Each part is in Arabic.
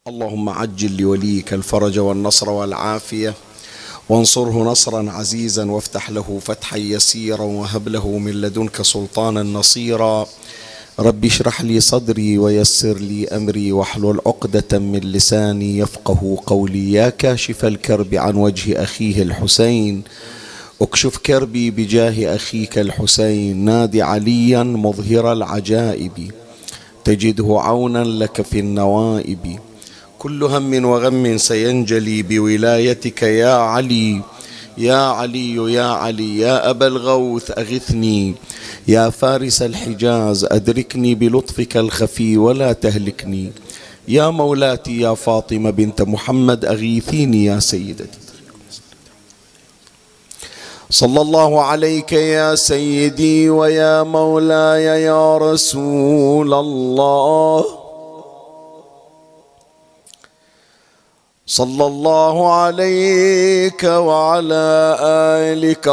اللهم عجل لوليك الفرج والنصر والعافية، وانصره نصرا عزيزا، وافتح له فتحا يسيرا، وهب له من لدنك سلطانا نصيرا. رب اشرح لي صدري ويسر لي أمري، واحلل عقدة من لساني يفقه قولي. يا كاشف الكرب عن وجه أخيه الحسين، اكشف كربي بجاه أخيك الحسين. نادي عليا مظهر العجائب، تجده عونا لك في النوائب. كل هم وغم سينجلي بولايتك يا علي، يا علي يا علي. يا أبا الغوث أغثني، يا فارس الحجاز أدركني بلطفك الخفي ولا تهلكني. يا مولاتي يا فاطمة بنت محمد أغيثيني يا سيدتي. صلى الله عليك يا سيدي ويا مولاي يا رسول الله. صلى الله عليك وعلى آلك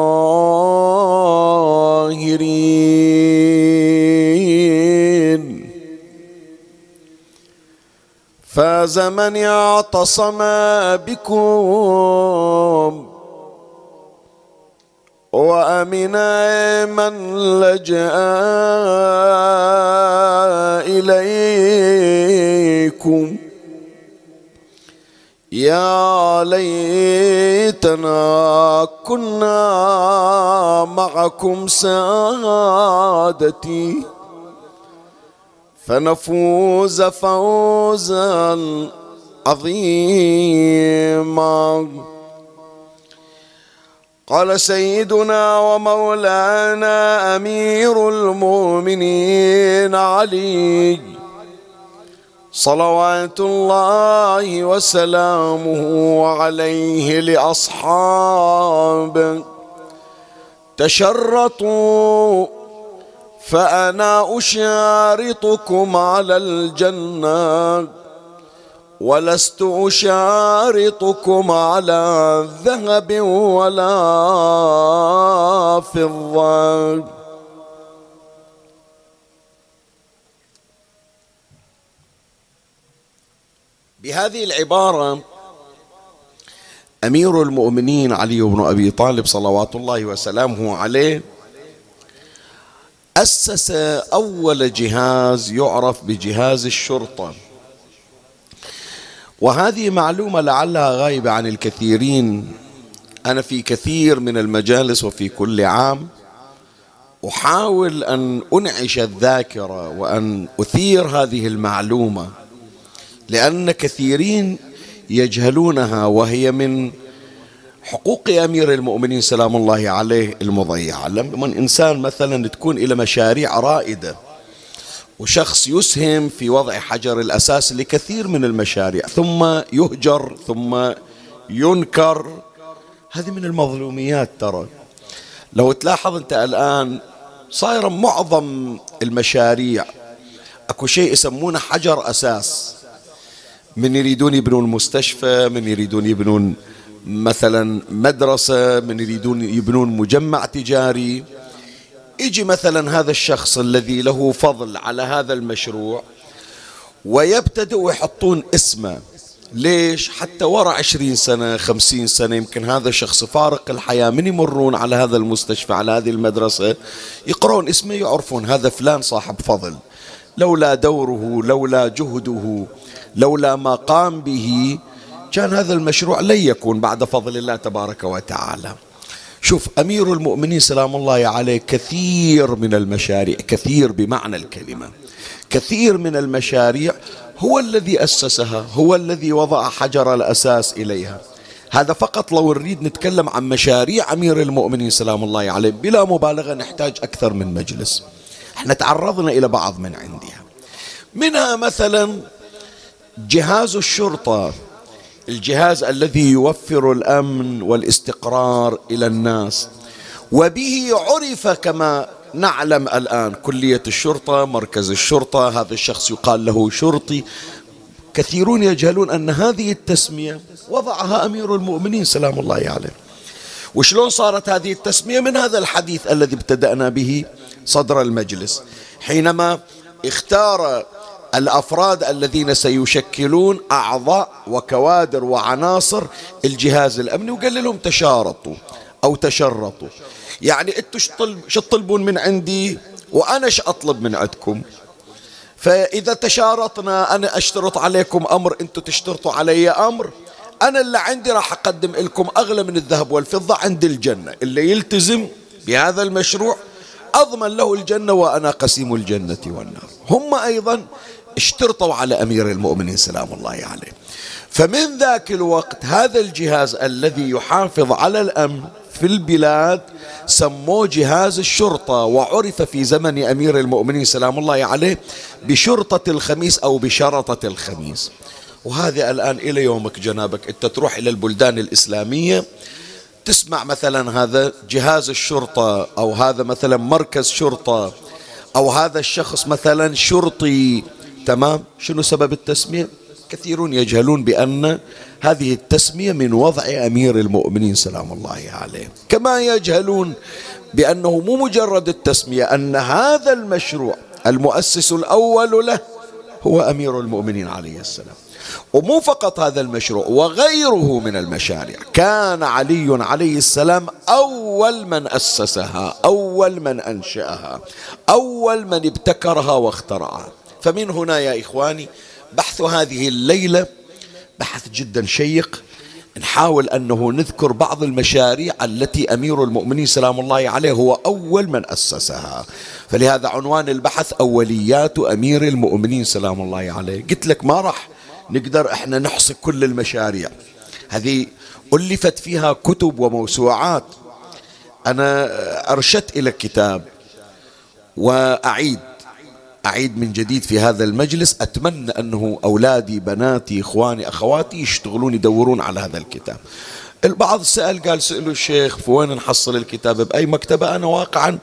الطاهرين. فاز من اعتصم بكم، وأمنا من لجأ إليكم. يا ليتنا كنا معكم سادتي، فنفوز فوزا عظيما. قال سيدنا ومولانا أمير المؤمنين علي صلوات الله وسلامه عليه لأصحابه: تشرطوا فأنا أشارطكم على الجنة، ولست أشارطكم على ذهب ولا فضة. بهذه العبارة أمير المؤمنين علي بن أبي طالب صلوات الله وسلامه عليه أسس أول جهاز يعرف بجهاز الشرطة. وهذه معلومة لعلها غايبة عن الكثيرين. أنا في كثير من المجالس وفي كل عام أحاول أن أنعش الذاكرة وأن أثير هذه المعلومة، لأن كثيرين يجهلونها، وهي من حقوق أمير المؤمنين سلام الله عليه المضيعة. لما إنسان مثلا تكون إلى مشاريع رائدة، وشخص يسهم في وضع حجر الأساس لكثير من المشاريع، ثم يهجر ثم ينكر، هذه من المظلوميات. ترى لو تلاحظ أنت الآن صايرة معظم المشاريع أكو شيء يسمونه حجر أساس. من يريدون يبنون المستشفى، من يريدون يبنون مثلا مدرسة، من يريدون يبنون مجمع تجاري. يجي مثلا هذا الشخص الذي له فضل على هذا المشروع ويبتدئوا يحطون اسمه. ليش؟ حتى وراء 20 سنة 50 سنة يمكن هذا الشخص فارق الحياة، من يمرون على هذا المستشفى على هذه المدرسة يقرون اسمه، يعرفون هذا فلان صاحب فضل، لولا دوره لولا جهده لولا ما قام به كان هذا المشروع لن يكون بعد فضل الله تبارك وتعالى. شوف أمير المؤمنين سلام الله عليه كثير من المشاريع، كثير بمعنى الكلمة، كثير من المشاريع هو الذي أسسها، هو الذي وضع حجر الأساس إليها. هذا فقط لو نريد نتكلم عن مشاريع أمير المؤمنين سلام الله عليه بلا مبالغة نحتاج أكثر من مجلس. احنا تعرضنا إلى بعض من عندها، منها مثلا جهاز الشرطة، الجهاز الذي يوفر الأمن والاستقرار إلى الناس، وبه عرف كما نعلم الآن كلية الشرطة، مركز الشرطة، هذا الشخص يقال له شرطي. كثيرون يجهلون أن هذه التسمية وضعها أمير المؤمنين سلام الله عليه. وشلون صارت هذه التسمية؟ من هذا الحديث الذي ابتدأنا به صدر المجلس، حينما اختار الأفراد الذين سيشكلون أعضاء وكوادر وعناصر الجهاز الأمني، وقال لهم تشارطوا أو تشرطوا. يعني أنتوا شو تطلبون من عندي وأنا شو أطلب من عندكم؟ فإذا تشارطنا أنا أشترط عليكم أمر، أنتوا تشترطوا علي أمر، أنا اللي عندي راح أقدم لكم أغلى من الذهب والفضة عند الجنة. اللي يلتزم بهذا المشروع أضمن له الجنة وأنا قسيم الجنة والنار. هم أيضا اشترطوا على أمير المؤمنين سلام الله عليه. فمن ذاك الوقت هذا الجهاز الذي يحافظ على الأمن في البلاد سموه جهاز الشرطة، وعرف في زمن أمير المؤمنين سلام الله عليه بشرطة الخميس أو بشرطة الخميس. وهذا الآن إلى يومك جنابك أنت تروح إلى البلدان الإسلامية تسمع مثلا هذا جهاز الشرطة، أو هذا مثلا مركز شرطة، أو هذا الشخص مثلا شرطي. تمام. شنو سبب التسمية؟ كثيرون يجهلون بأن هذه التسمية من وضع أمير المؤمنين سلام الله عليه، كما يجهلون بأنه مو مجرد التسمية، أن هذا المشروع المؤسس الأول له هو أمير المؤمنين عليه السلام. ومو فقط هذا المشروع وغيره من المشاريع، كان علي عليه السلام أول من أسسها، أول من أنشأها، أول من ابتكرها واخترعها. فمن هنا يا إخواني بحث هذه الليلة بحث جدا شيق، نحاول أنه نذكر بعض المشاريع التي أمير المؤمنين سلام الله عليه هو أول من أسسها. فلهذا عنوان البحث أوليات أمير المؤمنين سلام الله عليه. قلت لك ما راح نقدر احنا نحصي كل المشاريع هذه، ألفت فيها كتب وموسوعات. أنا أرشدت إلى كتاب وأعيد من جديد في هذا المجلس، أتمنى أنه أولادي بناتي إخواني أخواتي يشتغلون يدورون على هذا الكتاب. البعض سأل قال سألوا الشيخ في وين نحصل الكتاب بأي مكتبة؟ أنا واقعا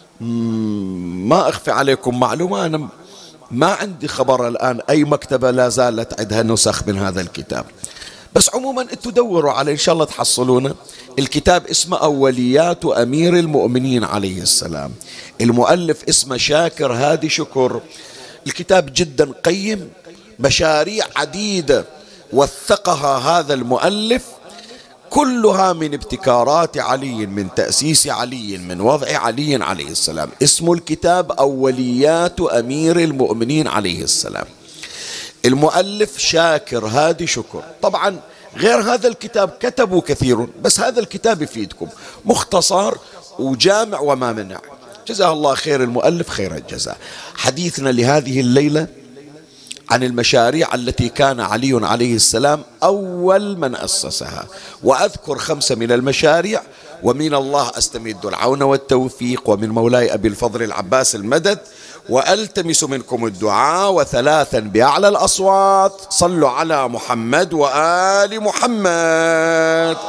ما أخفي عليكم معلومة، أنا ما عندي خبر الآن أي مكتبة لا زالت عندها نسخ من هذا الكتاب، بس عموما انتوا دوروا عليه إن شاء الله تحصلونه. الكتاب اسمه أوليات أمير المؤمنين عليه السلام، المؤلف اسمه شاكر هادي شكر. الكتاب جدا قيم، مشاريع عديدة وثقها هذا المؤلف كلها من ابتكارات علي، من تأسيس علي، من وضع علي عليه السلام. اسم الكتاب أوليات أمير المؤمنين عليه السلام، المؤلف شاكر هادي شكر. طبعا غير هذا الكتاب كتبوا كثيرون، بس هذا الكتاب يفيدكم، مختصر وجامع وما منع. جزاه الله خير المؤلف خير الجزاء. حديثنا لهذه الليلة عن المشاريع التي كان علي عليه السلام أول من أسسها، وأذكر 5 من المشاريع، ومن الله أستمد العون والتوفيق، ومن مولاي أبي الفضل العباس المدد، وألتمس منكم الدعاء. 3 بأعلى الأصوات صلوا على محمد وآل محمد.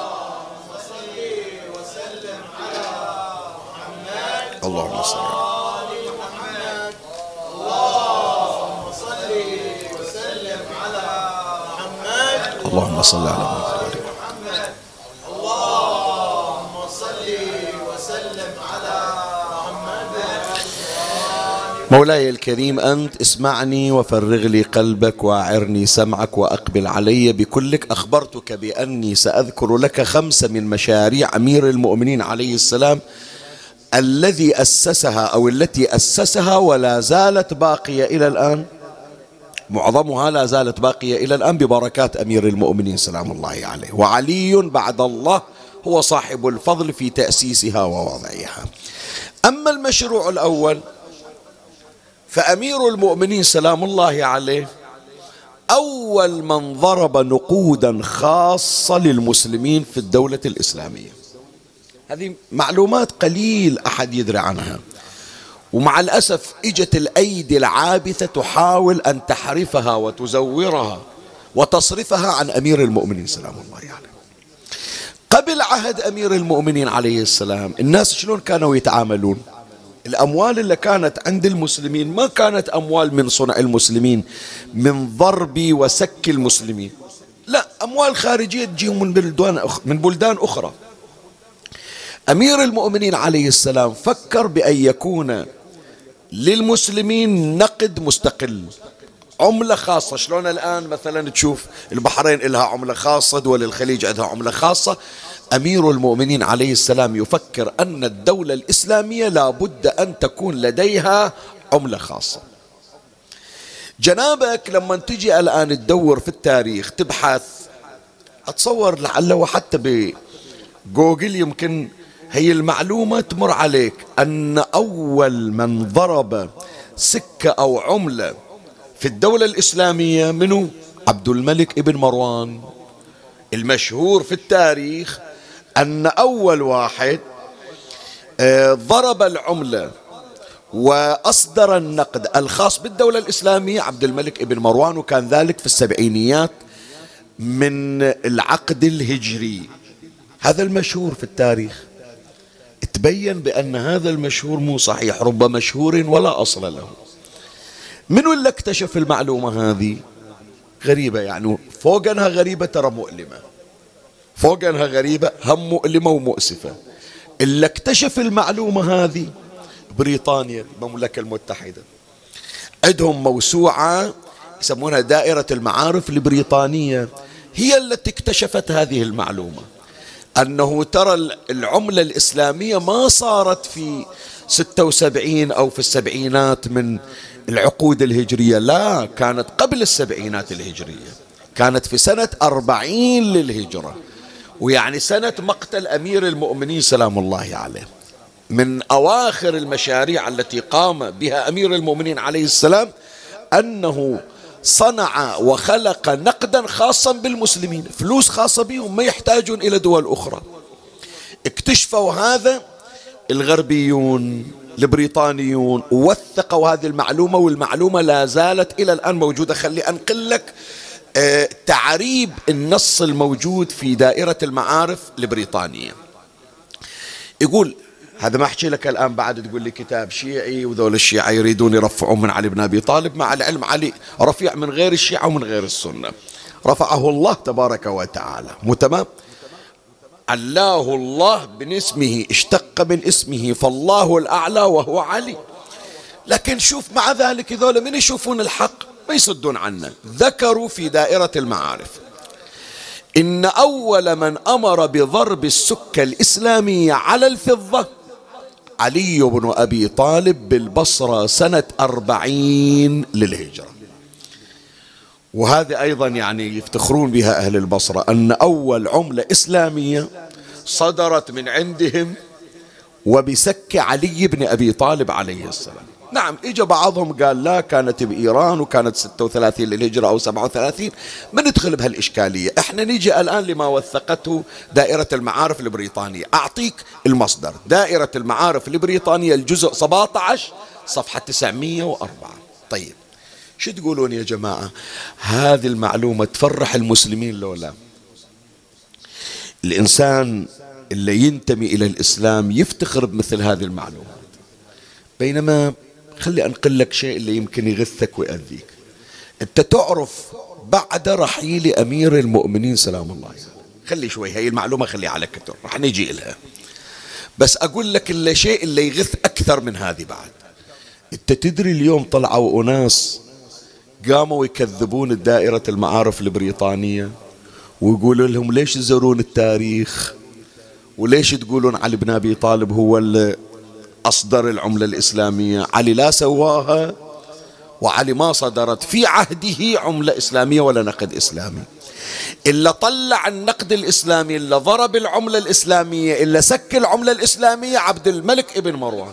اللهم صل على محمد. اللهم صل على محمد. اللهم صل وسلم على محمد. مولاي الكريم أنت اسمعني وفرغ لي قلبك وأعرني سمعك وأقبل علي بكلك. أخبرتك بأني سأذكر لك 5 من مشاريع أمير المؤمنين عليه السلام الذي أسسها أو التي أسسها ولا زالت باقية إلى الآن، معظمها لا زالت باقية إلى الآن ببركات أمير المؤمنين سلام الله عليه. وعلي بعد الله هو صاحب الفضل في تأسيسها ووضعها. أما المشروع الأول فأمير المؤمنين سلام الله عليه أول من ضرب نقودا خاصة للمسلمين في الدولة الإسلامية. هذه معلومات قليل أحد يدري عنها، ومع الأسف إجت الأيدي العابثة تحاول أن تحرفها وتزورها وتصرفها عن أمير المؤمنين سلام الله عليه. قبل عهد أمير المؤمنين عليه السلام الناس شلون كانوا يتعاملون؟ الأموال اللي كانت عند المسلمين ما كانت أموال من صنع المسلمين، من ضرب وسك المسلمين، لا، أموال خارجية تجيهم من بلدان أخرى. أمير المؤمنين عليه السلام فكر بأن يكون للمسلمين نقد مستقل، عملة خاصة. شلون الآن مثلا تشوف البحرين لها عملة خاصة، دول الخليج عندها عملة خاصة. أمير المؤمنين عليه السلام يفكر أن الدولة الإسلامية لا بد أن تكون لديها عملة خاصة. جنابك لما تجي الآن تدور في التاريخ تبحث، أتصور لعله حتى بجوجل يمكن هي المعلومة تمر عليك، أن أول من ضرب سكة أو عملة في الدولة الإسلامية منو؟ عبد الملك ابن مروان. المشهور في التاريخ أن أول واحد ضرب العملة وأصدر النقد الخاص بالدولة الإسلامية عبد الملك ابن مروان، وكان ذلك في السبعينيات من العقد الهجري. هذا المشهور في التاريخ. تبين بأن هذا المشهور مو صحيح، رب مشهور ولا أصل له. منو اللي اكتشف المعلومة هذه؟ غريبة يعني، فوق أنها غريبة ترى مؤلمة، فوق أنها غريبة هم مؤلمة ومؤسفة. اللي اكتشف المعلومة هذه بريطانيا، المملكة المتحدة، عندهم موسوعة يسمونها دائرة المعارف البريطانية، هي التي اكتشفت هذه المعلومة، أنه ترى العملة الإسلامية ما صارت في 76 أو في السبعينات من العقود الهجرية، لا، كانت قبل السبعينات الهجرية، كانت في سنة 40 للهجرة، ويعني سنة مقتل أمير المؤمنين سلام الله عليه. من أواخر المشاريع التي قام بها أمير المؤمنين عليه السلام أنه صنع وخلق نقدا خاصا بالمسلمين، فلوس خاصة بهم ما يحتاجون إلى دول أخرى. اكتشفوا هذا الغربيون البريطانيون، ووثقوا هذه المعلومة، والمعلومة لا زالت إلى الآن موجودة. خلي أنقل لك تعريب النص الموجود في دائرة المعارف البريطانية. يقول، هذا ما أحكي لك الآن بعد تقول لي كتاب شيعي وذول الشيعة يريدون يرفعون من علي بن أبي طالب، مع العلم علي رفيع من غير الشيعة ومن غير السنة، رفعه الله تبارك وتعالى، مو تمام؟ علاه الله باسمه، اشتق من اسمه، فالله الأعلى وهو علي. لكن شوف مع ذلك ذولا من يشوفون الحق ما يصدون عنه. ذكروا في دائرة المعارف إن أول من أمر بضرب السكة الإسلامية على الفضة علي بن أبي طالب بالبصرة سنة 40 للهجرة. وهذه أيضا يعني يفتخرون بها أهل البصرة، أن أول عملة إسلامية صدرت من عندهم وبسك علي بن أبي طالب عليه السلام. نعم، إجا بعضهم قال لا، كانت بإيران وكانت 36 للهجرة أو 37، ما ندخل بهالإشكالية. احنا نيجي الآن لما وثقته دائرة المعارف البريطانية. أعطيك المصدر، دائرة المعارف البريطانية الجزء 17 صفحة 904. طيب شو تقولون يا جماعة؟ هذه المعلومة تفرح المسلمين لو لا؟ الإنسان اللي ينتمي إلى الإسلام يفتخر بمثل هذه المعلومات. بينما خلي أنقل لك شيء اللي يمكن يغثك ويأذيك. أنت تعرف بعد رحيل أمير المؤمنين سلام الله عليه، خلي شوي هي المعلومة خلي على كتر، رح نجي إلها، بس أقول لك الشيء اللي يغث أكثر من هذه بعد. أنت تدري اليوم طلعوا أناس قاموا يكذبون الدائرة المعارف البريطانية ويقولوا لهم ليش تزورون التاريخ وليش تقولون علي بن أبي طالب هو اللي أصدر العملة الإسلامية؟ علي لا سواها، وعلي ما صدرت في عهده عملة إسلامية ولا نقد إسلامي. إلا طلع النقد الإسلامي، إلا ضرب العملة الإسلامية، إلا سك العملة الإسلامية عبد الملك ابن مروان.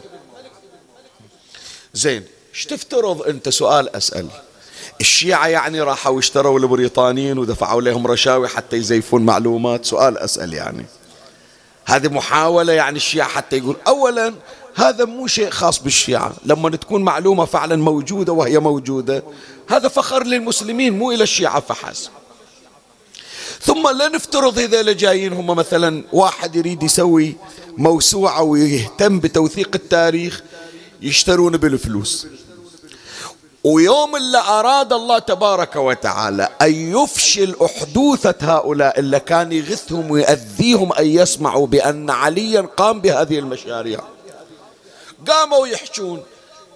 زين، ايش تفترض أنت؟ سؤال أسأل. الشيعة يعني راحوا اشتروا البريطانيين ودفعوا لهم رشاوي حتى يزيفون معلومات؟ سؤال أسأل يعني. هذه محاولة يعني الشيعة حتى يقول. أولا هذا مو شيء خاص بالشيعة، لما تكون معلومة فعلا موجودة وهي موجودة هذا فخر للمسلمين مو إلى الشيعة فحسب. ثم لا نفترض إذا جايين هم مثلا واحد يريد يسوي موسوعة ويهتم بتوثيق التاريخ يشترون بالفلوس، ويوم اللي أراد الله تبارك وتعالى أن يفشل أحدوثة هؤلاء اللي كان يغثهم ويأذيهم أن يسمعوا بأن عليا قام بهذه المشاريع، قاموا يحشون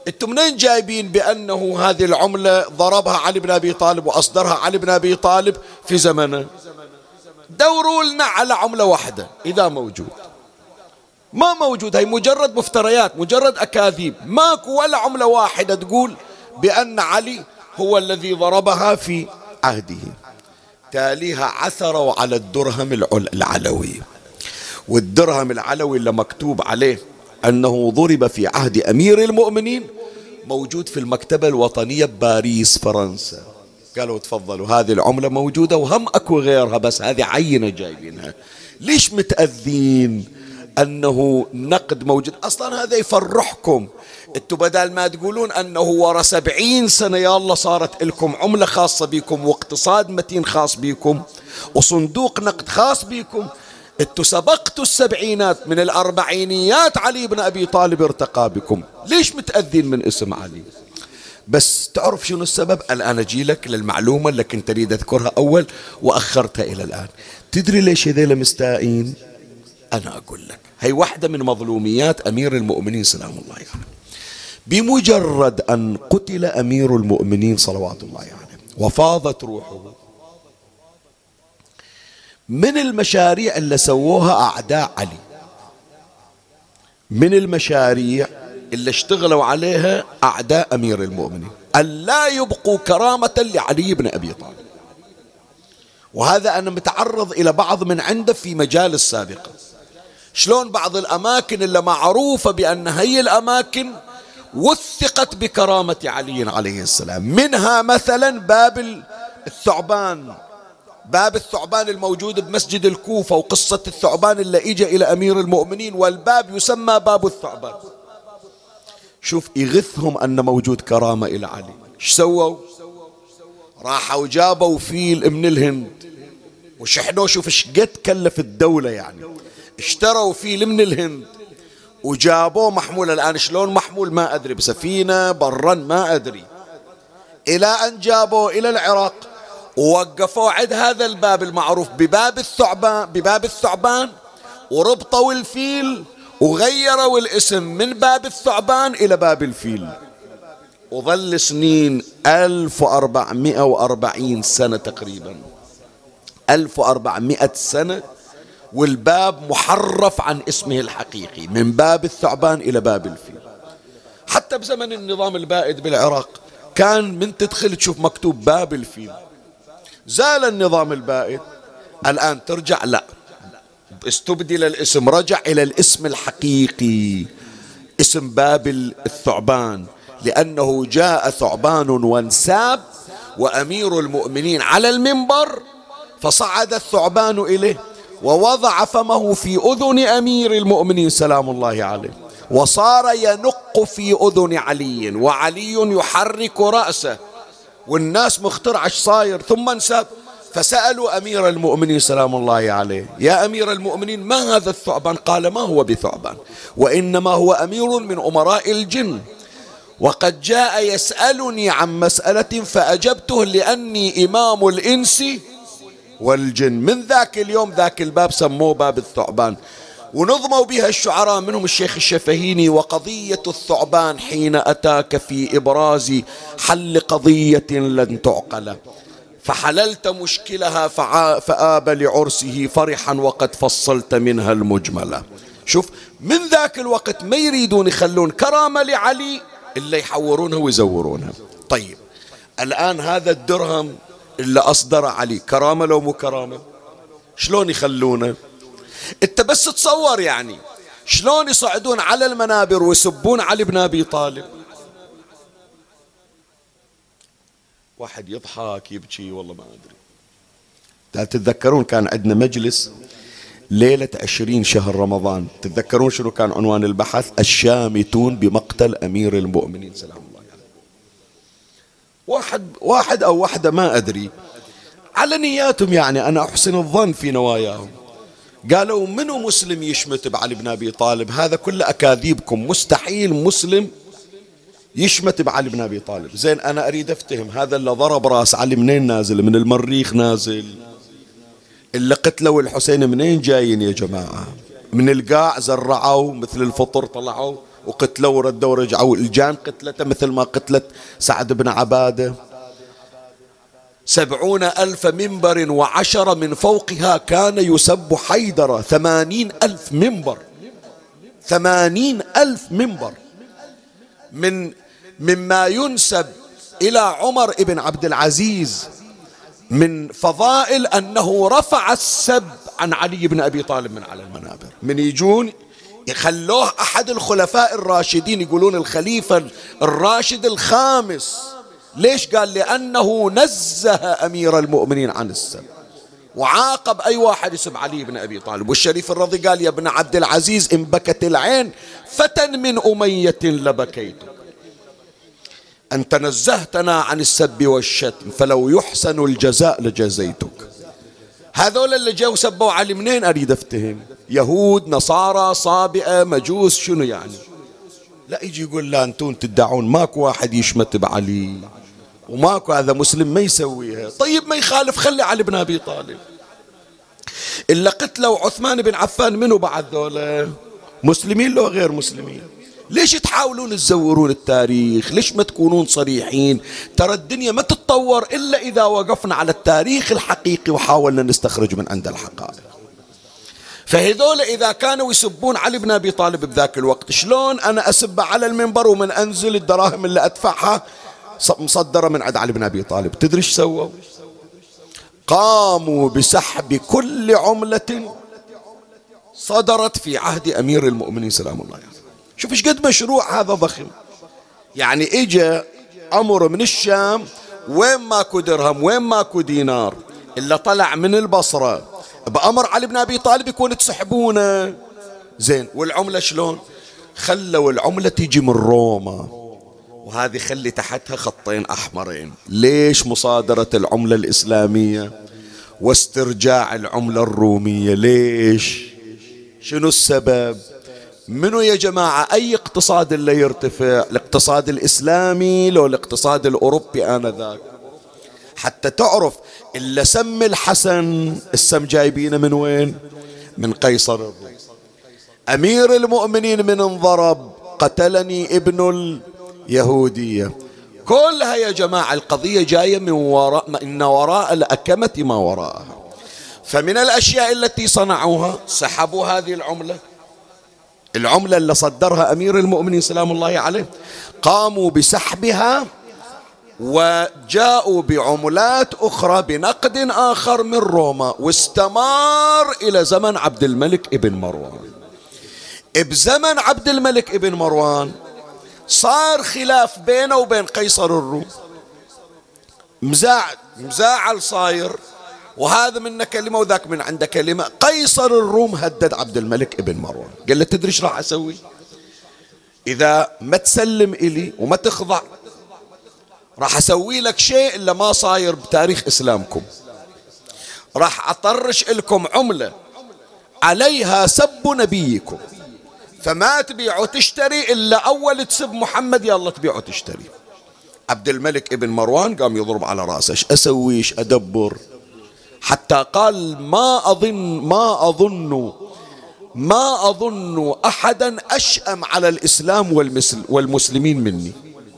انتم منين جايبين بأنه هذه العملة ضربها علي بن أبي طالب وأصدرها علي بن أبي طالب في زمنه؟ دوروا لنا على عملة واحدة إذا موجود. ما موجود، هي مجرد مفتريات، مجرد أكاذيب. ماكو ولا عملة واحدة تقول بأن علي هو الذي ضربها في عهده. تاليها عثروا على الدرهم العلوي، والدرهم العلوي اللي مكتوب عليه أنه ضرب في عهد أمير المؤمنين موجود في المكتبة الوطنية بباريس فرنسا. قالوا تفضلوا هذه العملة موجودة وهم أكو غيرها، بس هذه عينة جايبينها. ليش متأذين أنه نقد موجود؟ أصلا هذا يفرحكم. انتوا بدل ما تقولون أنه ورا 70 سنة يا الله صارت لكم عملة خاصة بكم واقتصاد متين خاص بكم وصندوق نقد خاص بكم، انتوا سبقتوا السبعينات، من الأربعينيات علي بن أبي طالب ارتقى بكم. ليش متأذين من اسم علي؟ بس تعرف شنو السبب؟ الآن أجي لك للمعلومة اللي كنت أريد أذكرها أول وأخرتها إلى الآن. تدري ليش هذيلا مستائين؟ أنا أقول لك. هي واحدة من مظلوميات أمير المؤمنين سلام الله عليه. بمجرد أن قتل أمير المؤمنين صلوات الله عليه وفاضت روحه، من المشاريع اللي سووها أعداء علي، من المشاريع اللي اشتغلوا عليها أعداء أمير المؤمنين، أن لا يبقوا كرامة لعلي بن أبي طالب. وهذا أنا متعرض إلى بعض من عنده في مجالس سابقة، شلون بعض الأماكن اللي معروفة بأن هي الأماكن وثقت بكرامة علي عليه السلام. منها مثلا باب الثعبان، باب الثعبان الموجود بمسجد الكوفة، وقصة الثعبان اللي إجا إلى أمير المؤمنين، والباب يسمى باب الثعبان. شوف يغثهم أن موجود كرامة إلى علي. ايش سووا؟ راحوا جابوا فيل من الهند وشحنوه. شوف ايش قد كلف الدولة، يعني اشتروا فيل من الهند وجابوه محمول. الآن شلون محمول ما أدري، بسفينة برا ما أدري، إلى أن جابوه إلى العراق ووقفوا عند هذا الباب المعروف بباب الثعبان وربطوا الفيل وغيروا الاسم من باب الثعبان إلى باب الفيل. وظل سنين 1440 سنة تقريبا، 1400 سنة، والباب محرف عن اسمه الحقيقي، من باب الثعبان إلى باب الفيل. حتى بزمن النظام البائد بالعراق كان من تدخل تشوف مكتوب باب الفيل. زال النظام البائد، الآن ترجع لا، استبدل الاسم، رجع إلى الاسم الحقيقي، اسم باب الثعبان، لأنه جاء ثعبان وانساب وأمير المؤمنين على المنبر، فصعد الثعبان إليه ووضع فمه في أذن أمير المؤمنين سلام الله عليه، وصار ينق في أذن علي، وعلي يحرك رأسه والناس مخترعة ايش صاير، ثم انساب. فسألوا أمير المؤمنين سلام الله عليه: يا أمير المؤمنين ما هذا الثعبان؟ قال: ما هو بثعبان، وإنما هو أمير من أمراء الجن، وقد جاء يسألني عن مسألة فأجبته لأني إمام الإنس والجن. من ذاك اليوم ذاك الباب سموه باب الثعبان، ونظموا بها الشعراء، منهم الشيخ الشفهيني: وقضية الثعبان حين أتاك في إبراز حل قضية لن تعقل، فحللت مشكلها فآب لعرسه فرحا وقد فصلت منها المجملة. شوف من ذاك الوقت ما يريدون يخلون كرامة لعلي إلا يحورونها ويزورونها. طيب الآن هذا الدرهم اللي أصدر علي كرامة لو مو كرامة؟ شلون يخلونه؟ انت بس تصور يعني شلون يصعدون على المنابر ويسبون علي بن أبي طالب. واحد يضحك يبكي والله ما أدري. تتذكرون كان عندنا مجلس ليلة 20 شهر رمضان، تتذكرون شنو كان عنوان البحث؟ الشامتون بمقتل أمير المؤمنين سلام الله عليه. واحد أو واحدة ما أدري على نياتهم، يعني أنا أحسن الظن في نواياهم، قالوا منو مسلم يشمت بعلي بن أبي طالب؟ هذا كله أكاذيبكم، مستحيل مسلم يشمت بعلي بن أبي طالب. زين أنا أريد أفتهم، هذا اللي ضرب راس علي منين نازل؟ من المريخ نازل؟ اللي قتلوا الحسين منين جايين يا جماعة؟ من القاع زرعوا مثل الفطر طلعوا وقتلوا وردوا ورجعوا. الجان قتلته مثل ما قتلت سعد بن عبادة. 70,000 منبر و10 من فوقها كان يسب حيدر. 80,000 منبر، 80,000 منبر. مما ينسب إلى عمر بن عبد العزيز من فضائل أنه رفع السب عن علي بن أبي طالب من على المنابر. من يجون يخلوه أحد الخلفاء الراشدين، يقولون الخليفة الراشد الخامس. ليش؟ قال لأنه نزه أمير المؤمنين عن السب، وعاقب أي واحد يسب علي بن أبي طالب. والشريف الرضي قال: يا ابن عبد العزيز إن بكت العين فتى من أمية لبكيتك، أنت نزهتنا عن السب والشتم، فلو يحسن الجزاء لجزيتك. هذول اللي جاوا سبوا علي منين أريد أفتهم؟ يهود، نصارى، صابئة، مجوس، شنو يعني؟ لا يجي يقول: لا أنتم تدعون ماكو واحد يشمت بعلي وماكو، هذا مسلم ما يسويها. طيب ما يخالف، خلي علي بن أبي طالب. إلا قتلوا عثمان بن عفان، منو بعد ذولا؟ مسلمين لو غير مسلمين؟ ليش تحاولون تزورون التاريخ؟ ليش ما تكونون صريحين؟ ترى الدنيا ما تتطور إلا إذا وقفنا على التاريخ الحقيقي وحاولنا نستخرج من عند الحقائق. فهذول إذا كانوا يسبون علي بن أبي طالب بذاك الوقت، شلون أنا أسب على المنبر ومن أنزل الدراهم اللي أدفعها مصدرة من عند علي بن أبي طالب؟ تدري ايش سووا؟ قاموا بسحب كل عملة صدرت في عهد أمير المؤمنين سلام الله عليه. شوف ايش قد مشروع هذا ضخم. يعني اجى أمر من الشام، وين ماكو درهم وين ماكو دينار إلا طلع من البصرة بأمر علي بن أبي طالب يكون تسحبونه. زين، والعملة شلون؟ خلوا العملة تيجي من روما، وهذه خلي تحتها خطين أحمرين. ليش مصادرة العملة الإسلامية واسترجاع العملة الرومية؟ ليش؟ شنو السبب؟ منو يا جماعة؟ أي اقتصاد اللي يرتفع؟ الاقتصاد الإسلامي لو الاقتصاد الأوروبي آنذاك؟ حتى تعرف إلا سم الحسن، السم جايبينه من وين؟ من قيصر الروم. أمير المؤمنين من انضرب قتلني ابن اليهودية. كلها يا جماعة القضية جاية من وراء، إن وراء الأكمة ما وراءها. فمن الأشياء التي صنعوها سحبوا هذه العملة اللي صدرها أمير المؤمنين سلام الله عليه، قاموا بسحبها وجاءوا بعملات أخرى بنقد آخر من روما، واستمر إلى زمن عبد الملك ابن مروان. بزمن عبد الملك ابن مروان صار خلاف بينه وبين قيصر الروم، مزاعل صاير، وهذا منا كلمة وذاك من عنده كلمة. قيصر الروم هدد عبد الملك ابن مروان، قال له: تدري ايش راح أسوي؟ إذا ما تسلم إلي وما تخضع راح أسوي لك شيء إلا ما صاير بتاريخ إسلامكم. راح أطرش لكم عملة عليها سب نبيكم، فما تبيع وتشتري إلا أول تسب محمد يلا تبيع وتشتري. عبد الملك ابن مروان قام يضرب على رأسه: ايش أسوي؟ ايش أدبر؟ حتى قال: ما أظن أحدا أشأم على الإسلام والمسلمين مني.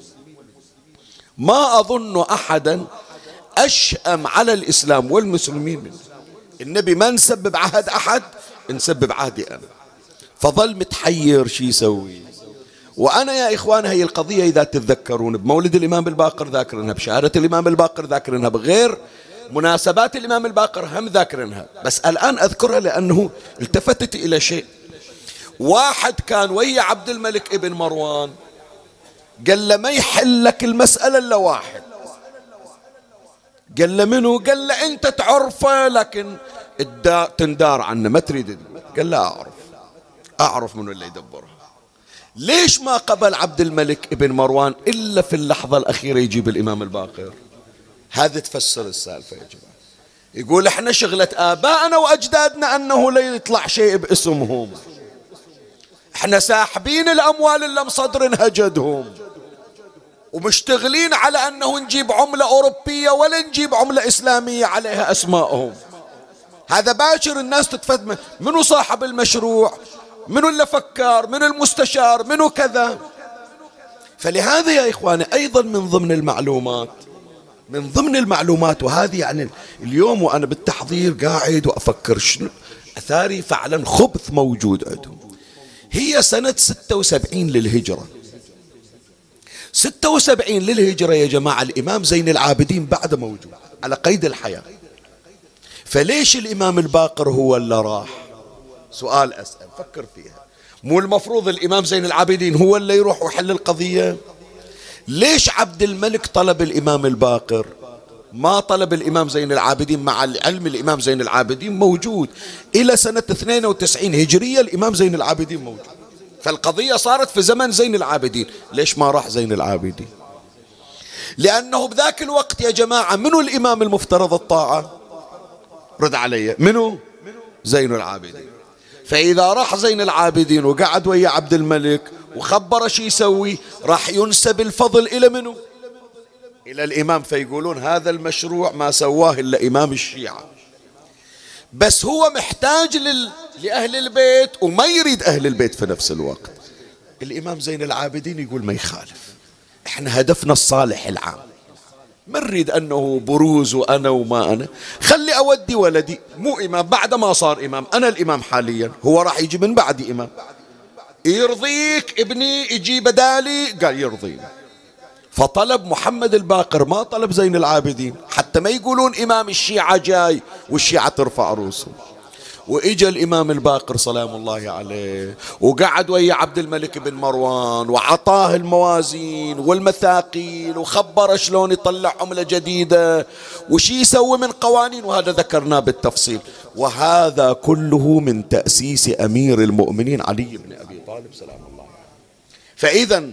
ما أظن أحدا أشأم على الإسلام والمسلمين مني. النبي ما نسبب عهد أحد، نسبب عهدي أنا. فظل متحير شي يسوي. وأنا يا إخوان هي القضية إذا تتذكرون بمولد الإمام الباقر ذاكرينها، بشهادة الإمام الباقر ذاكرينها، بغير مناسبات الإمام الباقر هم ذاكرينها، بس الآن أذكرها لأنه التفتت إلى شيء. واحد كان ويا عبد الملك ابن مروان، قال له: ما يحل لك المسألة إلا واحد. قال له: منو؟ قال له: أنت تعرفه لكن تندار عنه ما تريد. قال له: أعرف منو اللي يدبرها. ليش ما قبل عبد الملك ابن مروان إلا في اللحظة الأخيرة يجيب الإمام الباقر؟ هذا تفسر السالفة يا جماعة. يقول: احنا شغلة آبائنا وأجدادنا أنه لا يطلع شيء باسمهم، احنا ساحبين الأموال اللي مصدرينها جدهم، ومشتغلين على أنه نجيب عملة أوروبية ولا نجيب عملة إسلامية عليها أسمائهم. هذا باكر الناس تتفتم منو صاحب المشروع؟ منو اللي فكر، منو المستشار، منو كذا. فلهذا يا إخواني أيضا من ضمن المعلومات وهذه يعني اليوم وأنا بالتحضير قاعد وأفكر شنو أثاري فعلا خبث موجود عندهم. هي سنة 76 للهجرة، 76 للهجرة يا جماعة، الإمام زين العابدين بعد موجود على قيد الحياة. فليش الإمام الباقر هو اللي راح؟ سؤال أسأل، فكر فيها. مو المفروض الإمام زين العابدين هو اللي يروح ويحل القضية؟ ليش عبد الملك طلب الإمام الباقر ما طلب الإمام زين العابدين، مع العلم الإمام زين العابدين موجود إلى سنة 92 هجرية، الإمام زين العابدين موجود، فالقضية صارت في زمن زين العابدين. ليش ما راح زين العابدين؟ لأنه بذاك الوقت يا جماعة منو الإمام المفترض الطاعة؟ رد علي، منو؟ زين العابدين. فإذا راح زين العابدين وقعد ويا عبد الملك وخبر شي يسوي، راح ينسب الفضل إلى منو؟ إلى الإمام. فيقولون هذا المشروع ما سواه إلا إمام الشيعة، بس هو محتاج لأهل البيت وما يريد أهل البيت في نفس الوقت. الإمام زين العابدين يقول ما يخالف، احنا هدفنا الصالح العام، ما نريد أنه بروز وأنا وما أنا، خلي أودي ولدي مو إمام بعد ما صار إمام، أنا الإمام حاليا، هو راح يجي من بعدي إمام. يرضيك ابني يجي بدالي؟ قال يرضيني. فطلب محمد الباقر، ما طلب زين العابدين، حتى ما يقولون إمام الشيعة جاي والشيعة ترفع رؤوسهم. وإجا الإمام الباقر سلام الله عليه وقعد ويا عبد الملك بن مروان وعطاه الموازين والمثاقيل وخبر شلون يطلع عملة جديدة وشي يسوي من قوانين، وهذا ذكرناه بالتفصيل. وهذا كله من تأسيس أمير المؤمنين علي بن أبي طالب سلام الله عليه. فإذا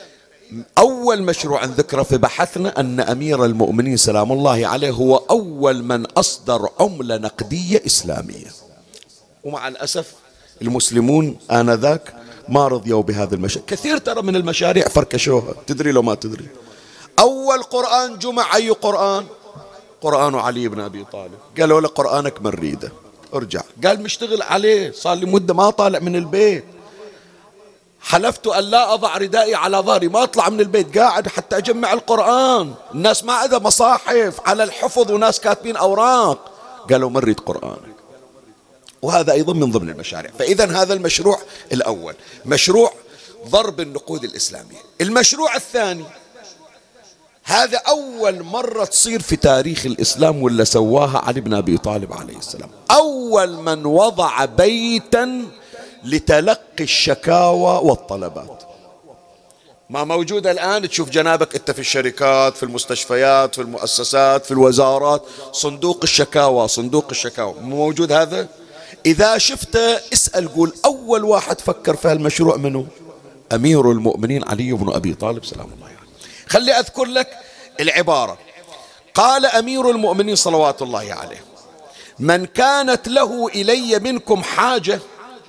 أول مشروع ذكره في بحثنا أن أمير المؤمنين سلام الله عليه هو أول من أصدر عملة نقدية إسلامية، ومع الأسف المسلمون آنذاك ما رضيوا بهذا المشروع. كثير ترى من المشاريع فركشوها، تدري لو ما تدري. أول قرآن جمع أي قرآن؟ قرآن علي بن أبي طالب. قالوا له قرآنك ما نريده، ارجع. قال مشتغل عليه، صار لي مدة ما طالع من البيت، حلفت أن لا أضع ردائي على ظهري، ما أطلع من البيت، قاعد حتى أجمع القرآن. الناس ما عندها مصاحف على الحفظ وناس كاتبين أوراق. قالوا ما نريد قرآنك. وهذا أيضا من ضمن المشاريع. فإذا هذا المشروع الأول، مشروع ضرب النقود الإسلامية. المشروع الثاني، هذا أول مرة تصير في تاريخ الإسلام ولا سواها علي بن أبي طالب عليه السلام، أول من وضع بيتا لتلقي الشكاوى والطلبات. ما موجود الآن، تشوف جنابك أنت في الشركات، في المستشفيات، في المؤسسات، في الوزارات، صندوق الشكاوى، صندوق الشكاوى موجود هذا. إذا شفته اسأل، قول أول واحد فكر في هالمشروع منه؟ أمير المؤمنين علي بن أبي طالب سلام الله عليه. خلي أذكر لك العبارة. قال أمير المؤمنين صلوات الله عليه: من كانت له إلي منكم حاجة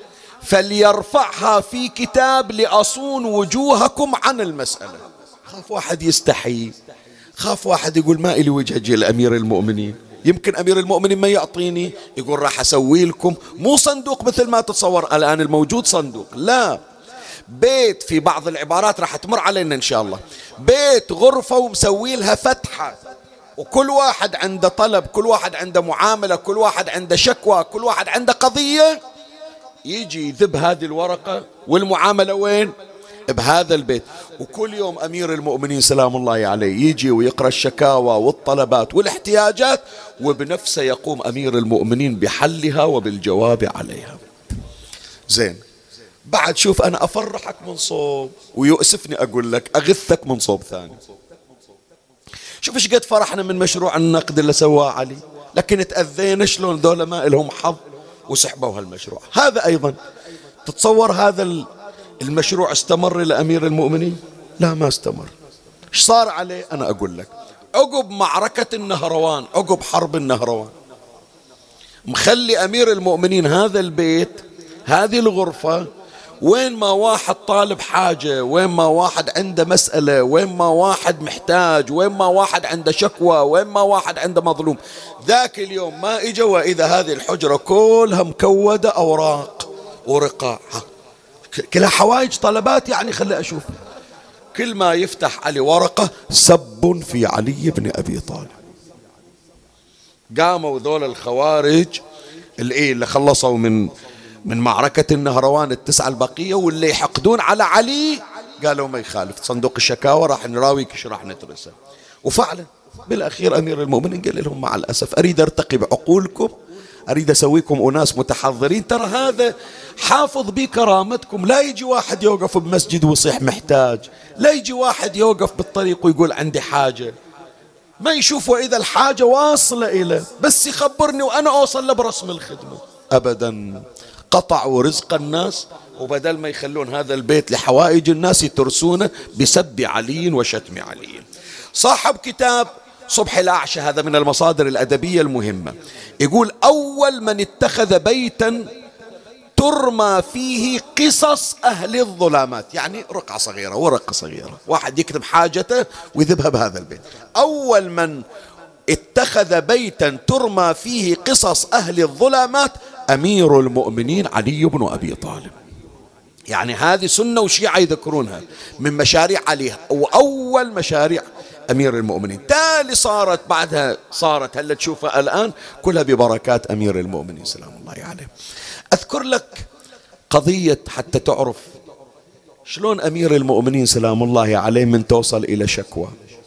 فليرفعها في كتاب لأصون وجوهكم عن المسألة. خاف واحد يستحي، خاف واحد يقول ما إلي وجه أجي لأمير المؤمنين، يمكن أمير المؤمنين ما يعطيني، يقول راح أسوي لكم مو صندوق مثل ما تتصور الآن الموجود صندوق، لا، بيت. في بعض العبارات راح تمر علينا إن شاء الله، بيت غرفة ومسوي لها فتحة، وكل واحد عنده طلب، كل واحد عنده معاملة، كل واحد عنده شكوى، كل واحد عنده قضية، يجي يذب هذه الورقة والمعاملة وين؟ بهذا البيت. وكل يوم أمير المؤمنين سلام الله عليه يجي ويقرأ الشكاوى والطلبات والاحتياجات، وبنفسه يقوم أمير المؤمنين بحلها وبالجواب عليها. زين، بعد شوف أنا أفرحك من صوب ويؤسفني أقول لك أغثك من صوب ثاني. شوف ايش قد فرحنا من مشروع النقد اللي سواه علي، لكن تأذينا شلون ذولا ما لهم حظ وسحبوا هالمشروع. هذا أيضا تتصور هذا المشروع استمر إلى أمير المؤمنين؟ لا، ما استمر. ايش صار عليه؟ أنا أقول لك. عقب معركة النهروان، عقب حرب النهروان، مخلي أمير المؤمنين هذا البيت، هذه الغرفة، وين ما واحد طالب حاجة، وين ما واحد عنده مسألة، وين ما واحد محتاج، وين ما واحد عنده شكوى، وين ما واحد عنده مظلوم. ذاك اليوم ما إجا وإذا هذه الحجرة كلها مكودة أوراق ورقاع. كلها حوائج طلبات يعني، خلي أشوف. كل ما يفتح علي ورقة سب في علي بن أبي طالب. قاموا ذول الخوارج اللي خلصوا من معركة النهروان التسعة البقية، واللي يحقدون على علي قالوا ما يخالف، صندوق الشكاوى راح نراويك ايش راح ندرسه. وفعلا بالأخير أمير المؤمنين قال لهم مع الأسف أريد أرتقي بعقولكم، أريد أسويكم أناس متحضرين، ترى هذا حافظ بكرامتكم. لا يجي واحد يوقف بمسجد ويصيح محتاج، لا يجي واحد يوقف بالطريق ويقول عندي حاجة، ما يشوفوا إذا الحاجة واصلة إليه بس يخبرني وأنا أوصل له برسم الخدمة. أبدا، قطعوا رزق الناس، وبدل ما يخلون هذا البيت لحوائج الناس يترسونه بسب علي وشتم علي. صاحب كتاب صبح الأعشى، هذا من المصادر الأدبية المهمة، يقول أول من اتخذ بيتا ترمى فيه قصص أهل الظلامات، يعني رقعة صغيرة ورقة صغيرة، واحد يكتب حاجته ويذبها بهذا البيت. أول من اتخذ بيتا ترمى فيه قصص أهل الظلامات أمير المؤمنين علي بن أبي طالب. يعني هذه سنة وشيعة يذكرونها من مشاريع علي، وأول مشاريع أمير المؤمنين. تالي صارت بعدها، صارت هلا تشوفها الآن كلها ببركات أمير المؤمنين سلام الله عليه. أذكر لك قضية حتى تعرف شلون أمير المؤمنين سلام الله عليه من توصل إلى شكوى.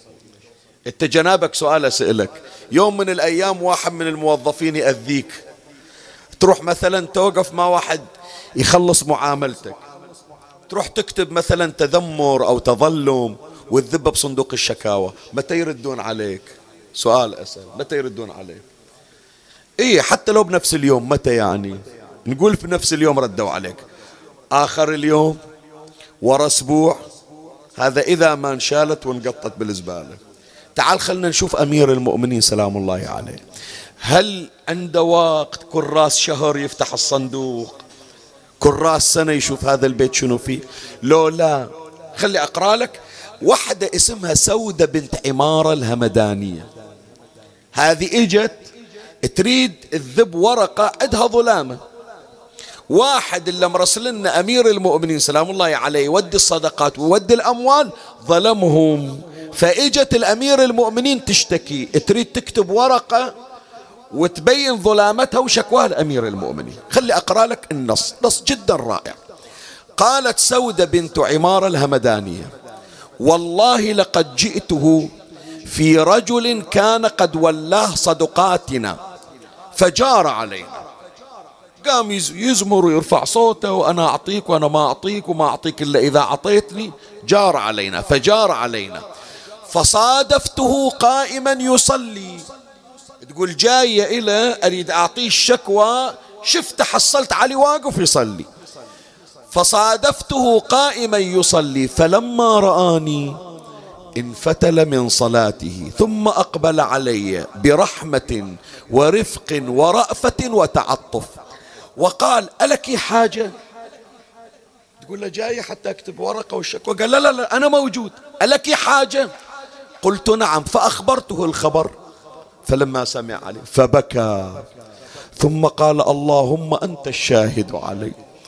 أنت جنابك سؤال أسألك، يوم من الأيام واحد من الموظفين يأذيك، تروح مثلا توقف مع واحد يخلص معاملتك، تروح تكتب مثلا تذمر أو تظلم وتذبه بصندوق الشكاوى، متى يردون عليك؟ سؤال أسأل، متى يردون عليك؟ إيه حتى لو بنفس اليوم، متى يعني؟ نقول في نفس اليوم ردوا عليك، آخر اليوم، ورا أسبوع، هذا إذا ما انشالت وانقطت بالزبالة. تعال خلنا نشوف أمير المؤمنين سلام الله عليه، هل عنده وقت كل راس شهر يفتح الصندوق، كل راس سنة يشوف هذا البيت شنو فيه؟ لو لا، خلي أقرأ لك واحدة اسمها سودة بنت عمارة الهمدانية. هذه اجت تريد الذب ورقة عندها ظلامة، واحد اللي مرسلنا أمير المؤمنين سلام الله عليه يودي الصدقات ويودي الأموال ظلمهم، فإجت الأمير المؤمنين تشتكي، تريد تكتب ورقة وتبين ظلامتها وشكواها لأمير المؤمنين. خلي أقرأ لك النص، نص جدا رائع. قالت سودة بنت عمارة الهمدانية: والله لقد جئته في رجل كان قد ولاه صدقاتنا فجار علينا، قام يزمر ويرفع صوته، وأنا أعطيك وأنا ما أعطيك وما أعطيك إلا إذا أعطيتني، جار علينا، فجار علينا، فصادفته قائما يصلي. تقول جاية إلى أريد أعطيه الشكوى، شفت حصلت علي واقف يصلي، فصادفته قائما يصلي، فلما رآني انفتل من صلاته ثم أقبل علي برحمة ورفق ورأفة وتعطف وقال: ألك حاجة؟ تقول له جاي حتى أكتب ورقة والشكوى. قال: لا لا لا أنا موجود، ألك حاجة؟ قلت: نعم. فأخبرته الخبر، فلما سمع عليه فبكى، ثم قال: اللهم أنت الشاهد علي،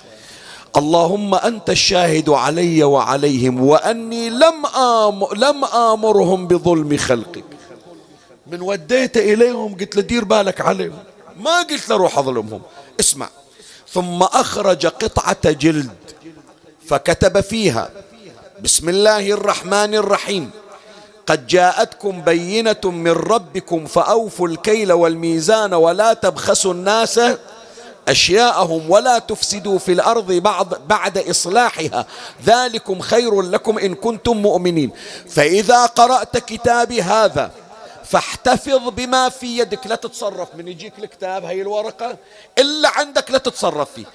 اللهم أنت الشاهد علي وعليهم، وأني لم آمرهم بظلم خلقك. من وديت إليهم قلت له دير بالك عليهم، ما قلت له روح أظلمهم. اسمع: ثم أخرج قطعة جلد فكتب فيها: بسم الله الرحمن الرحيم، قد جاءتكم بينة من ربكم فأوفوا الكيل والميزان ولا تبخسوا الناس أشياءهم ولا تفسدوا في الأرض بعد إصلاحها، ذلكم خير لكم إن كنتم مؤمنين. فإذا قرأت كتابي هذا فاحتفظ بما في يدك، لا تتصرف من يجيك الكتاب هاي الورقة إلا عندك لا تتصرف فيه،